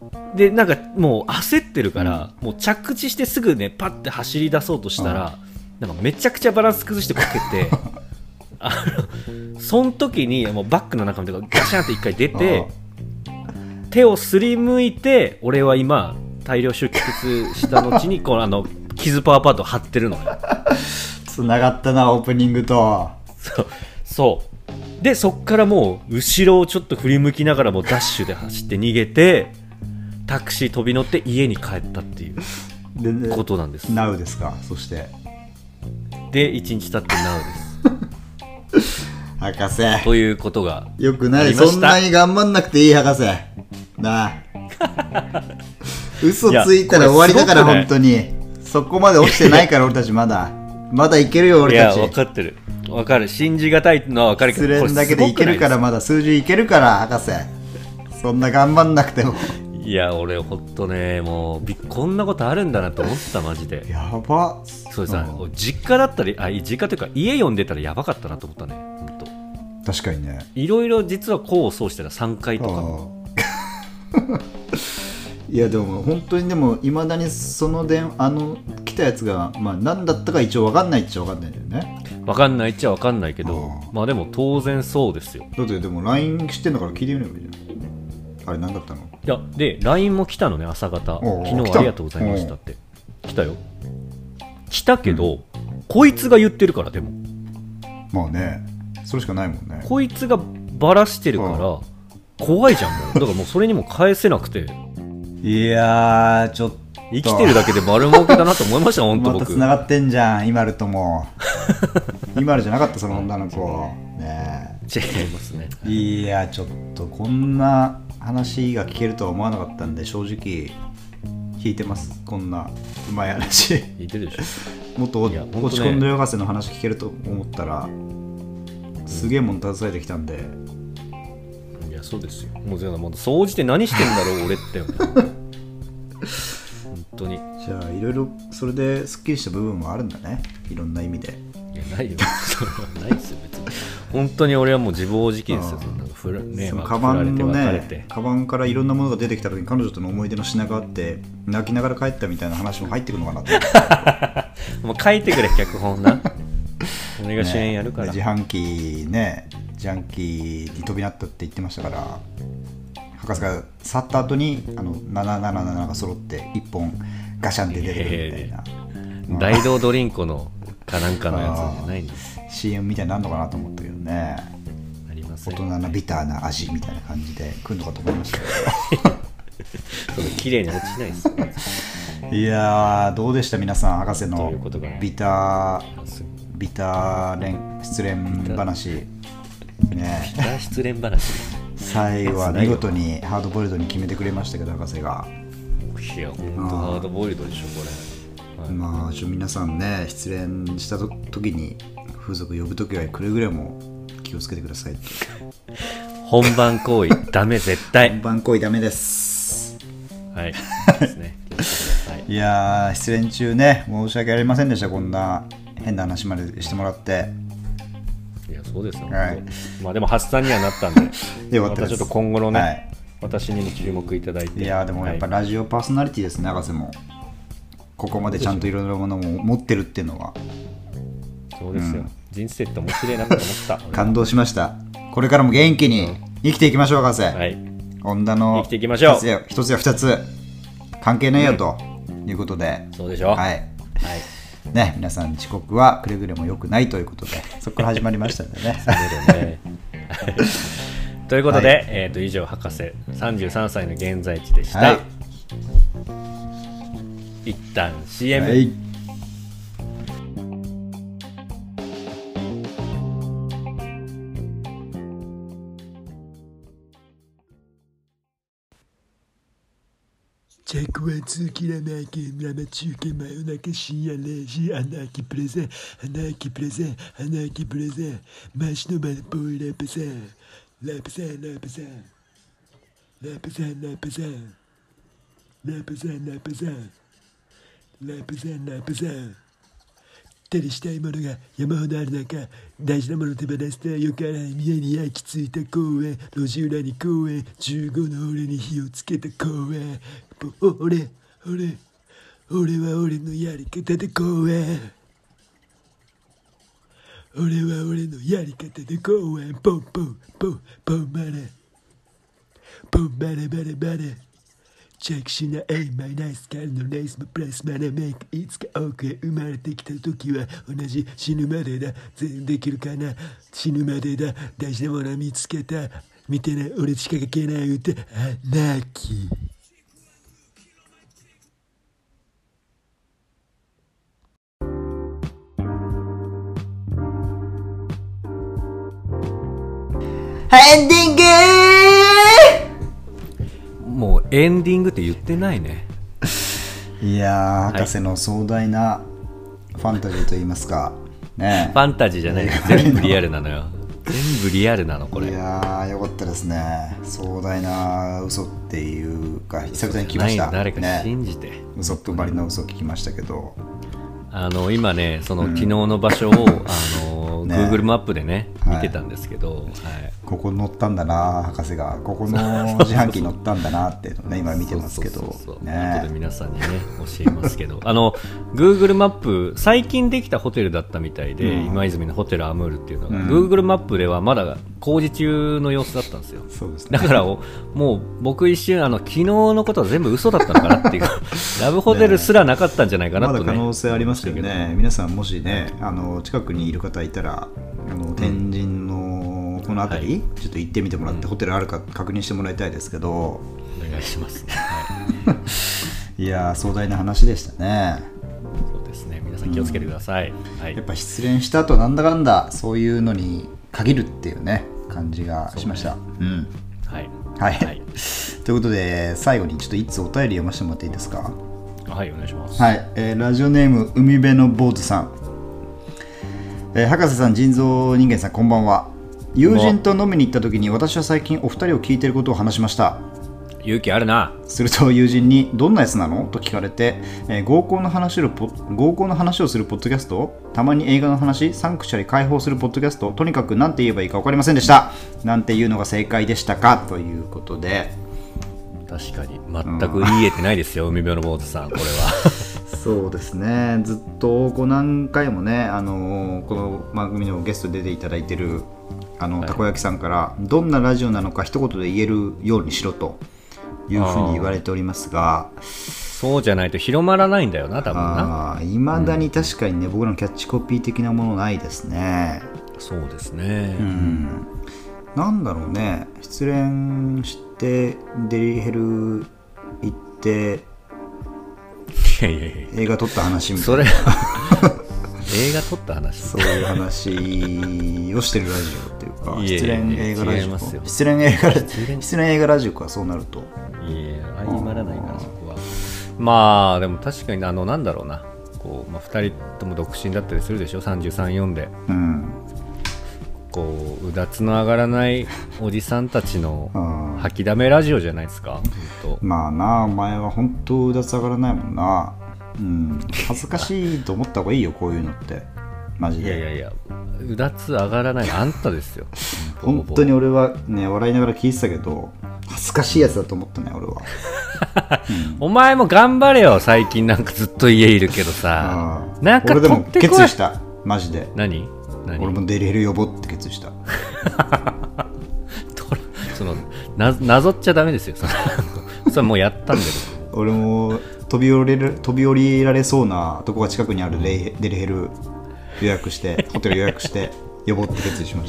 でなんかもう焦ってるから、もう着地してすぐねパッて走り出そうとしたら、なんかめちゃくちゃバランス崩してこけてその時にもうバッグの中身とかガシャンって一回出て手をすりむいて、俺は今大量出血した後にこの傷パワーパッドを貼ってるのよ。 つながったな、オープニングと。 そうでそっからもう後ろをちょっと振り向きながらもうダッシュで走って逃げて、タクシー飛び乗って家に帰ったっていうでことなんです。 ナウですか。そしてで1日経ってナウです。 博士ということがよくない。 ありました。 そんなに頑張んなくていい、博士なあ嘘ついたら終わりだから、本当にそこまで落ちてないから俺たちまだいけるよ、俺たち。 いや分かってる、分かる、信じがたいのは分かるけど、 失恋だけでいけるから、まだ数字いけるから、博士そんな頑張んなくても。 いや俺ほんとね、もうこんなことあるんだなと思った、マジで。 やば。 そうさ、実家だったり、実家というか家呼んでたらやばかったなと思ったね、ほんと。 確かにね。 いろいろ実は功を奏したら3回とかいやでも本当に、でもいまだにその来たやつが、まあ、何だったか一応分かんないっちゃ分かんないんだよね。 分かんないっちゃ分かんないけど、まあでも当然そうですよ。 だってでも LINE 知ってんだから聞いてみればいいじゃん。あれ何だったの。 いやで LINE も来たのね、朝方。昨日ありがとうございましたって来たよ。来たけど、こいつが言ってるから。でもまあね、それしかないもんね。 こいつがバラしてるから怖いじゃん。もうだからもうそれにも返せなくて、 いやーちょっと生きてるだけで丸儲けだなと思いました本当僕。 また繋がってんじゃん、イマルとも。イマルじゃなかった、その女の子ね。 違いますね。 いやちょっとこんな話が聞けるとは思わなかったんで、正直引いてます。こんなうまい話言ってるでしょ。 もっと落ち込んで博士の話聞けると思ったら、すげえもん携えてきたんで。 いやそうですよ。もう掃除で何してんだろう俺ってよね本当に。 じゃあいろいろそれですっきりした部分もあるんだね、いろんな意味で。 いやないよそれはないですよ別に。本当に俺はもう自暴自棄ですよ。なんかね、 カバンの別れねて、 カバンからいろんなものが出てきた時に彼女との思い出の品があって泣きながら帰ったみたいな話も入ってくるのかなともう書いてくれ脚本な俺が主演やるから、 自販機に飛びなったって言ってましたから、博士が去った後に777が揃って1本ガシャンって出てくるみたいな、 大道ドリンクのかなんかのやつじゃないんです。 CM みたいになるのかなと思ったけどね。 ありますね。 大人なビターな味みたいな感じで来るのかと思いましたけどその綺麗に落ちないですよいやーどうでした皆さん、博士のビター失恋話ね。 ビター失恋話最後は見事にハードボイルドに決めてくれましたけど、博士が。 いや本当ハードボイルドでしょこれ、はい、 まあ皆さんね、失恋した時に風俗呼ぶ時はくれぐれも気をつけてください本番行為ダメ絶対本番行為ダメですはいですねいやー失恋中ね、申し訳ありませんでした。こんな変な話までしてもらって。 いやそうですよ、 はい、 まあでも発散にはなったんでよかったです。 またちょっと今後のね、 はい、 私にも注目いただいて。 いやでもやっぱラジオパーソナリティですね、博士もここまでちゃんといろいろなものも持ってるっていうのは。 そうですよ、人生って面白いなと思った感動しました。これからも元気に生きていきましょう、博士。 はい、 女の生きていきましょう。 一つや二つ関係ないよということで、 そうでしょ。 はい、はいね、皆さん遅刻はくれぐれも良くないということで、そこから始まりましたんでね。 ということで、以上博士33歳の現在地でした。 はい、 一旦 CM、 はい。 着は通きらないけん生中継真夜中深夜0時穴きプレゼン穴きプレゼン穴きプレゼンマシのバルポイラプさんラプさんラプさんラプさんラプさんラプさんラプさんラプさんラプさん手にしたいものが山ほどある中、大事なもの手放すとよから家に焼き付いた公園、路地裏に公園、15の俺に火をつけた公園。俺は俺のやり方で公園。俺は俺のやり方で公園。ポンポンポンポンバレポンバレバレバレ。着手な A マイナスからのレースもプラスマネメイク。いつか奥へ生まれてきた時は同じ死ぬまでだ。全できるかな、死ぬまでだ。大事なもの見つけた。見てない俺しか書けない歌、アナキー。 エンディングもうエンディングって言ってないね。 いやー、博士の壮大なファンタジーといいますかね。 ファンタジーじゃない、全部リアルなのよ。全部リアルなのこれ。 いやー、よかったですね。壮大な嘘っていうか久々に聞きました。 誰か信じて、 嘘っぷばりの嘘聞きましたけど、 今ね、その昨日の場所を、Google マップでね見てたんですけど、はい、 ここ乗ったんだな、博士がここの自販機乗ったんだなっていうのね今見てますけど、 後で皆さんにね教えますけど、Google マップ最近できたホテルだったみたいで、今泉のホテルアムールっていうのが、Google マップではまだ工事中の様子だったんですよ。 そうですね。 だからもう僕一瞬昨日のことは全部嘘だったのかなっていうラブホテルすらなかったんじゃないかなとね。 まだ可能性ありますけどね。皆さんもしね近くにいる方いたら天神のこの辺り、ちょっと行ってみてもらって、ホテルあるか確認してもらいたいですけど、 お願いします、 はい、いやー壮大な話でしたね。 そうですね、皆さん気をつけてください、はい、 やっぱ失恋した後なんだかんだそういうのに限るっていうね感じがしました。はいはい、はい、ということで最後にちょっといつお便り読ませてもらっていいですか。 はい、お願いします。 はい、ラジオネーム海辺の坊主さん、博士さん、人造人間さん、こんばんは。友人と飲みに行った時に私は最近お二人を聞いていることを話しました。 勇気あるな。 すると友人にどんなやつなのと聞かれて、合コンの話をするポッドキャスト、たまに映画の話、サンクチュアリ解放するポッドキャスト、とにかく何て言えばいいか分かりませんでした。なんていうのが正解でしたかということで。 確かに全く言えてないですよ、海辺の坊主さん、これは。 そうですね、ずっと何回もね、この番組のゲストで出ていただいているたこ焼きさんから、どんなラジオなのか一言で言えるようにしろというふうに言われておりますが、 そうじゃないと広まらないんだよな、多分な。 いまだに確かにね、僕らのキャッチコピー的なものないですね。 そうですね、 なんだろうね、失恋してデリヘル行って映画撮った話みたいな、それ映画撮った話、 そういう話をしてるラジオっていうか、失恋映画ラジオ、失恋映画ラジオか、そうなると相まらないからそこは。まあでも確かになんだろうな、こう、2人とも独身だったりするでしょ、33、4で、こううだつの上がらないおじさんたちの吐きだめラジオじゃないですか。 まあな、お前は本当うだつ上がらないもんな。恥ずかしいと思った方がいいよ、こういうのってマジで。 いやうだつ上がらないのあんたですよ。 本当に俺はね、笑いながら聞いてたけど、恥ずかしいやつだと思ったね、俺は。 お前も頑張れよ、最近なんかずっと家いるけどさ。なんか俺でも決意した、マジで。 何俺もデリヘル呼ぼうって決意した。 なぞっちゃダメですよ。それもうやったんだけど。俺も飛び降りられそうなとこが近くにあるデリヘル予約してホテル予約して呼ぼうって決意しました。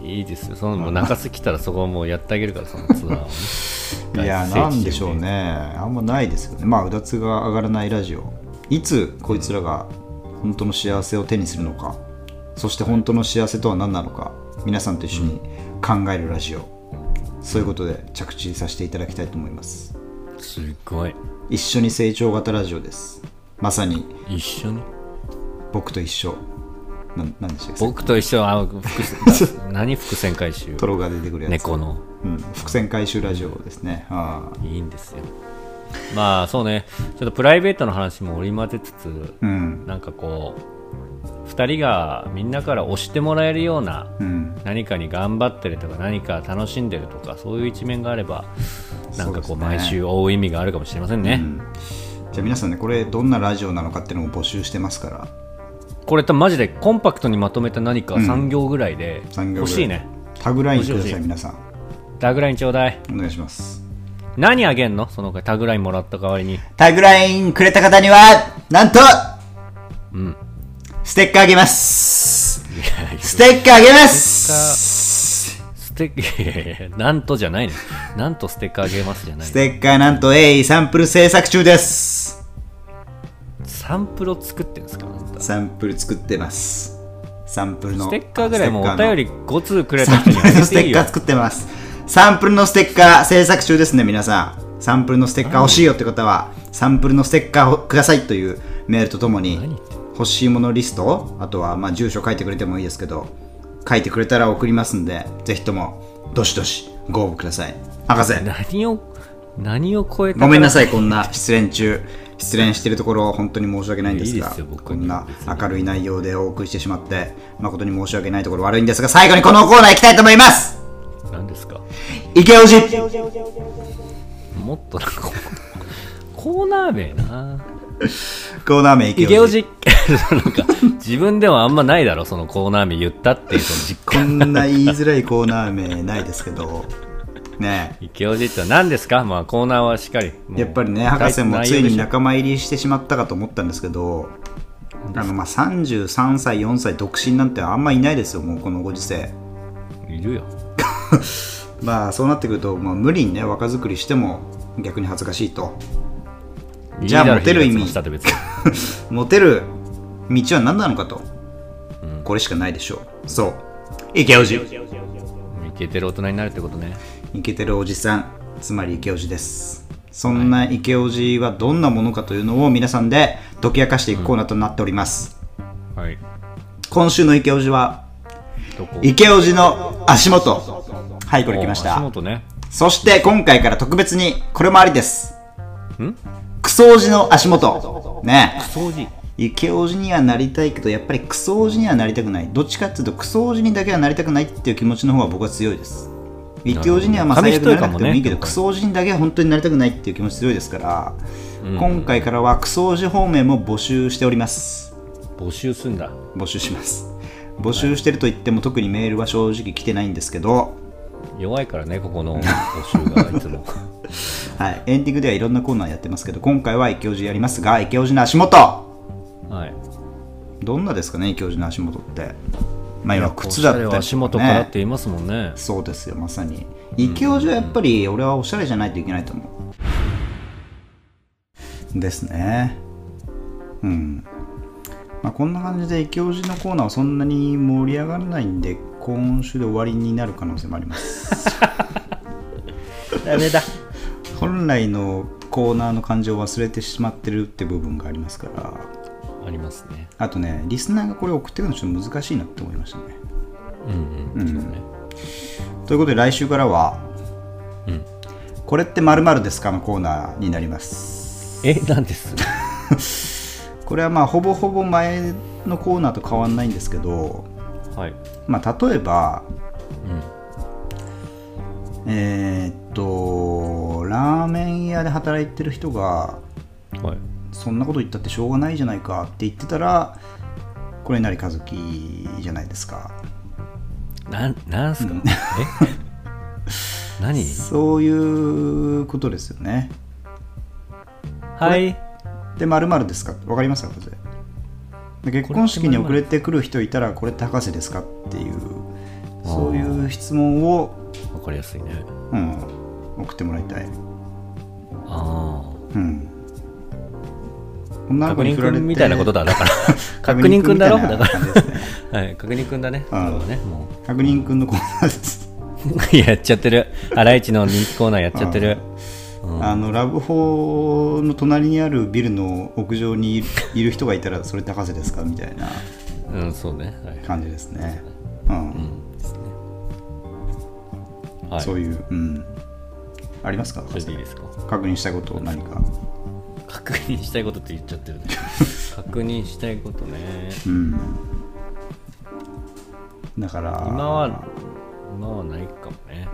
いいですよ、そのもう中洲来たらそこはもうやってあげるから、そのツアーをね。 いや、なんでしょうね、あんまないですよね。まあうだつが上がらないラジオ、いつこいつらが本当の幸せを手にするのか、そして本当の幸せとは何なのか、皆さんと一緒に考えるラジオ、そういうことで着地させていただきたいと思います。 すごい、 一緒に成長型ラジオです。まさに一緒に僕と一緒、なんでしたっけ、 僕と一緒、何伏線回収、 トロが出てくるやつ、 猫の、 伏線回収ラジオですね。 いいんですよ。まあそうね、ちょっとプライベートの話も織り交ぜつつ、なんかこう 2人がみんなから推してもらえるような、何かに頑張ってるとか何か楽しんでるとかそういう一面があればなんかこう毎週追う意味があるかもしれませんね。 じゃあ皆さんね、これどんなラジオなのかっていうのを募集してますから。 これマジでコンパクトにまとめた何か3行ぐらいで欲しいね。 タグラインください皆さん。 タグラインちょうだい。 お願いします。 何あげんの？そのタグラインもらった代わりに。 タグラインくれた方にはなんと、ステッカーあげます。ステッカーあげます。 なんとじゃないの。なんとステッカーあげますじゃないの。 ステッカーなんとサンプル制作中です。 サンプルを作ってるんですか？ サンプル作ってます。サンプルのステッカーぐらいもうお便り5通くれた人にはステッカー作ってます。サンプルのステッカー制作中ですね。皆さんサンプルのステッカー欲しいよって方はサンプルのステッカーをくださいというメールとともに欲しいものリスト、あとは住所書いてくれてもいいですけど、書いてくれたら送りますんで、ぜひともどしどしご応募ください。博士、 何を超えたごめんなさい、こんな失恋してるところ本当に申し訳ないんですが、こんな明るい内容でお送りしてしまって誠に申し訳ないところ悪いんですが、最後にこのコーナー行きたいと思います。 何ですか？ イケオジ。 もっとなんかコーナー名な。 コーナー名イケオジ。 なんか自分ではあんまないだろ、そのコーナー名言ったっていうその実感。 こんな言いづらいコーナー名ないですけどね。 イケオジっては何ですか？コーナーはしっかり。 やっぱりね、博士もついに仲間入りしてしまったかと思ったんですけど、33歳4歳独身なんてあんまいないですよ、もうこのご時世。 いるよ。 そうなってくると、無理にね若作りしても逆に恥ずかしいと。じゃあモテる意味モテる道は何なのかと、これしかないでしょう。そう、イケオジ。イケてる大人になるってことね。 イケてるおじさん、つまりイケオジです。そんなイケオジはどんなものかというのを皆さんで解き明かしていくコーナーとなっております。今週のイケオジはイケオジの足元。はい、これ来ました。 足元ね。 そして今回から特別にこれもありです。クソおじの足元ね。 クソおじ、 イケオジにはなりたいけど、やっぱりクソおじにはなりたくない。どっちかっていうとクソおじにだけはなりたくないっていう気持ちの方が僕は強いです。イケオジには最悪ならなくてもいいけど、クソおじにだけは本当になりたくないっていう気持ち強いですから、今回からはクソおじ方面も募集しております。 募集すんだ。 募集します。募集してると言っても特にメールは正直来てないんですけど、 弱いからね、ここの募集がいつもはい、エンディングではいろんなコーナーやってますけど、今回はイケオジやりますが、イケオジの足元、どんなですかね、イケオジの足元って。今靴だったりとか、ね、 足元からって言いますもんね。 そうですよ、まさにイケオジはやっぱり俺はおしゃれじゃないといけないと思うですね。こんな感じでイケオジのコーナーはそんなに盛り上がらないんで、今週で終わりになる可能性もありますダメだ。 本来のコーナーの感情を忘れてしまってるって部分がありますから。 ありますね。 あとね、リスナーがこれ送ってくるのちょっと難しいなって思いましたね。ということで来週からは、これって〇〇ですかのコーナーになります。 なんですこれはほぼほぼ前のコーナーと変わんないんですけど、例えば、ラーメン屋で働いてる人が、そんなこと言ったってしょうがないじゃないかって言ってたら、これなりかずきじゃないですか。 なんすか何？ そういうことですよね。で、〇〇ですか、わかりますか？結婚式に遅れてくる人いたら、これって博士ですかっていう、そういう質問をわかりやすいね。 送ってもらいたい。 確認くんみたいなことだ。だから確認くんだろ。だから確認くんだね。 確認くんのコーナーですやっちゃってる。ハライチの人気コーナーやっちゃってる。 ラブホの隣にあるビルの屋上にいる人がいたら、それって博士ですかみたいなそうね、 感じですね。そういう、ありますか？ それでいいですか？ 確認したいことを何か。 確認したいことって言っちゃってるね確認したいことね。 だから今はないかもね。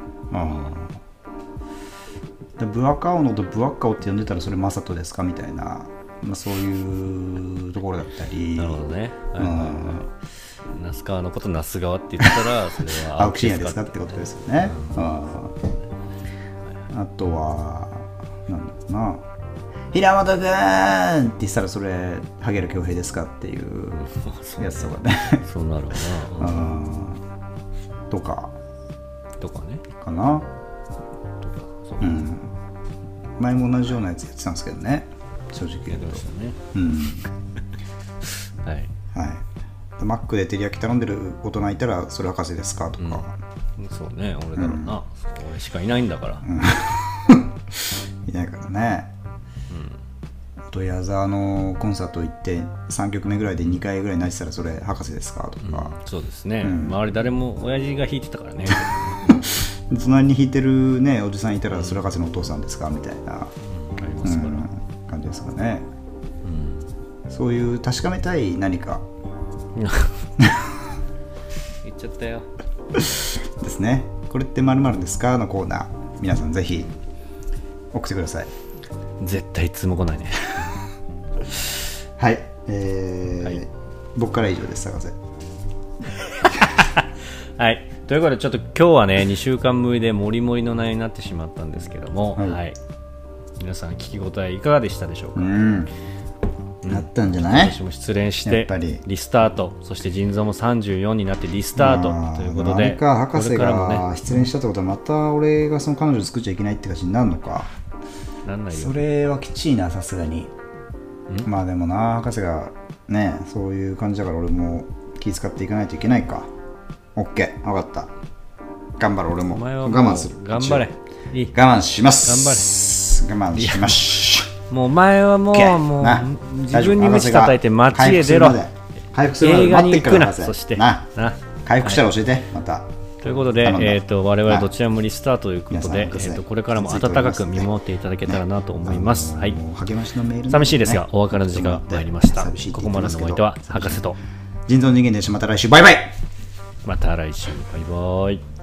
ブアカオノとブアッカオって呼んでたらそれマサトですかみたいな、そういうところだったり。 なるほどね。那須川のこと那須川って言ったらそれは青木真也ですかってことですよね。あとはなんだろうな、平本くんって言ったらそれ萩原恭平ですかっていうやつとかねそうなるわなとかねかな。前も同じようなやつやってたんですけどね、正直言うと。 はいはい。マックで照り焼き頼んでる大人いたらそれ博士ですかとか。 そうね、俺だろうな、俺しかいないんだから、 いないからね。あと矢沢のコンサート行って3曲目ぐらいで2回ぐらい泣いてたらそれ博士ですかとか。 そうですね、周り誰も親父が弾いてたからね隣に弾いてるねおじさんいたらそれ博士のお父さんですかみたいな、 ありますから、 感じですかね。そういう確かめたい何か言っちゃったよですね。これって〇〇ですかのコーナー、皆さんぜひ送ってください。 絶対いつも来ないねはい、僕から以上です。博士はい、ということでちょっと今日はね2週間ぶりでモリモリの内容になってしまったんですけども、皆さん聞き応えいかがでしたでしょうか。 なったんじゃない？ 私も失恋してリスタート、そして腎臓も34になってリスタートということで、 あれか、博士これからもが失恋したってことはまた俺がその彼女を作っちゃいけないって感じになるのか。 なんないよ。 それはきちいな、さすがに。まあでもな、博士がねそういう感じだから俺も気遣っていかないといけないか。オッケー、分かった。頑張る。俺も我慢する。 頑張れ。いい。 我慢します。我慢します。 もうお前はもう自分に鞭叩いて街へ出ろ。 回復するまで待ってくな。 そして回復したら教えて、また。 ということで、我々どちらもリスタートということで、これからも温かく見守っていただけたらなと思います。はい。寂しいですが、お別れの時間が参りました。ここまでのお相手は博士と人造人間でした。また来週。バイバイ。 また来週。バイバイ。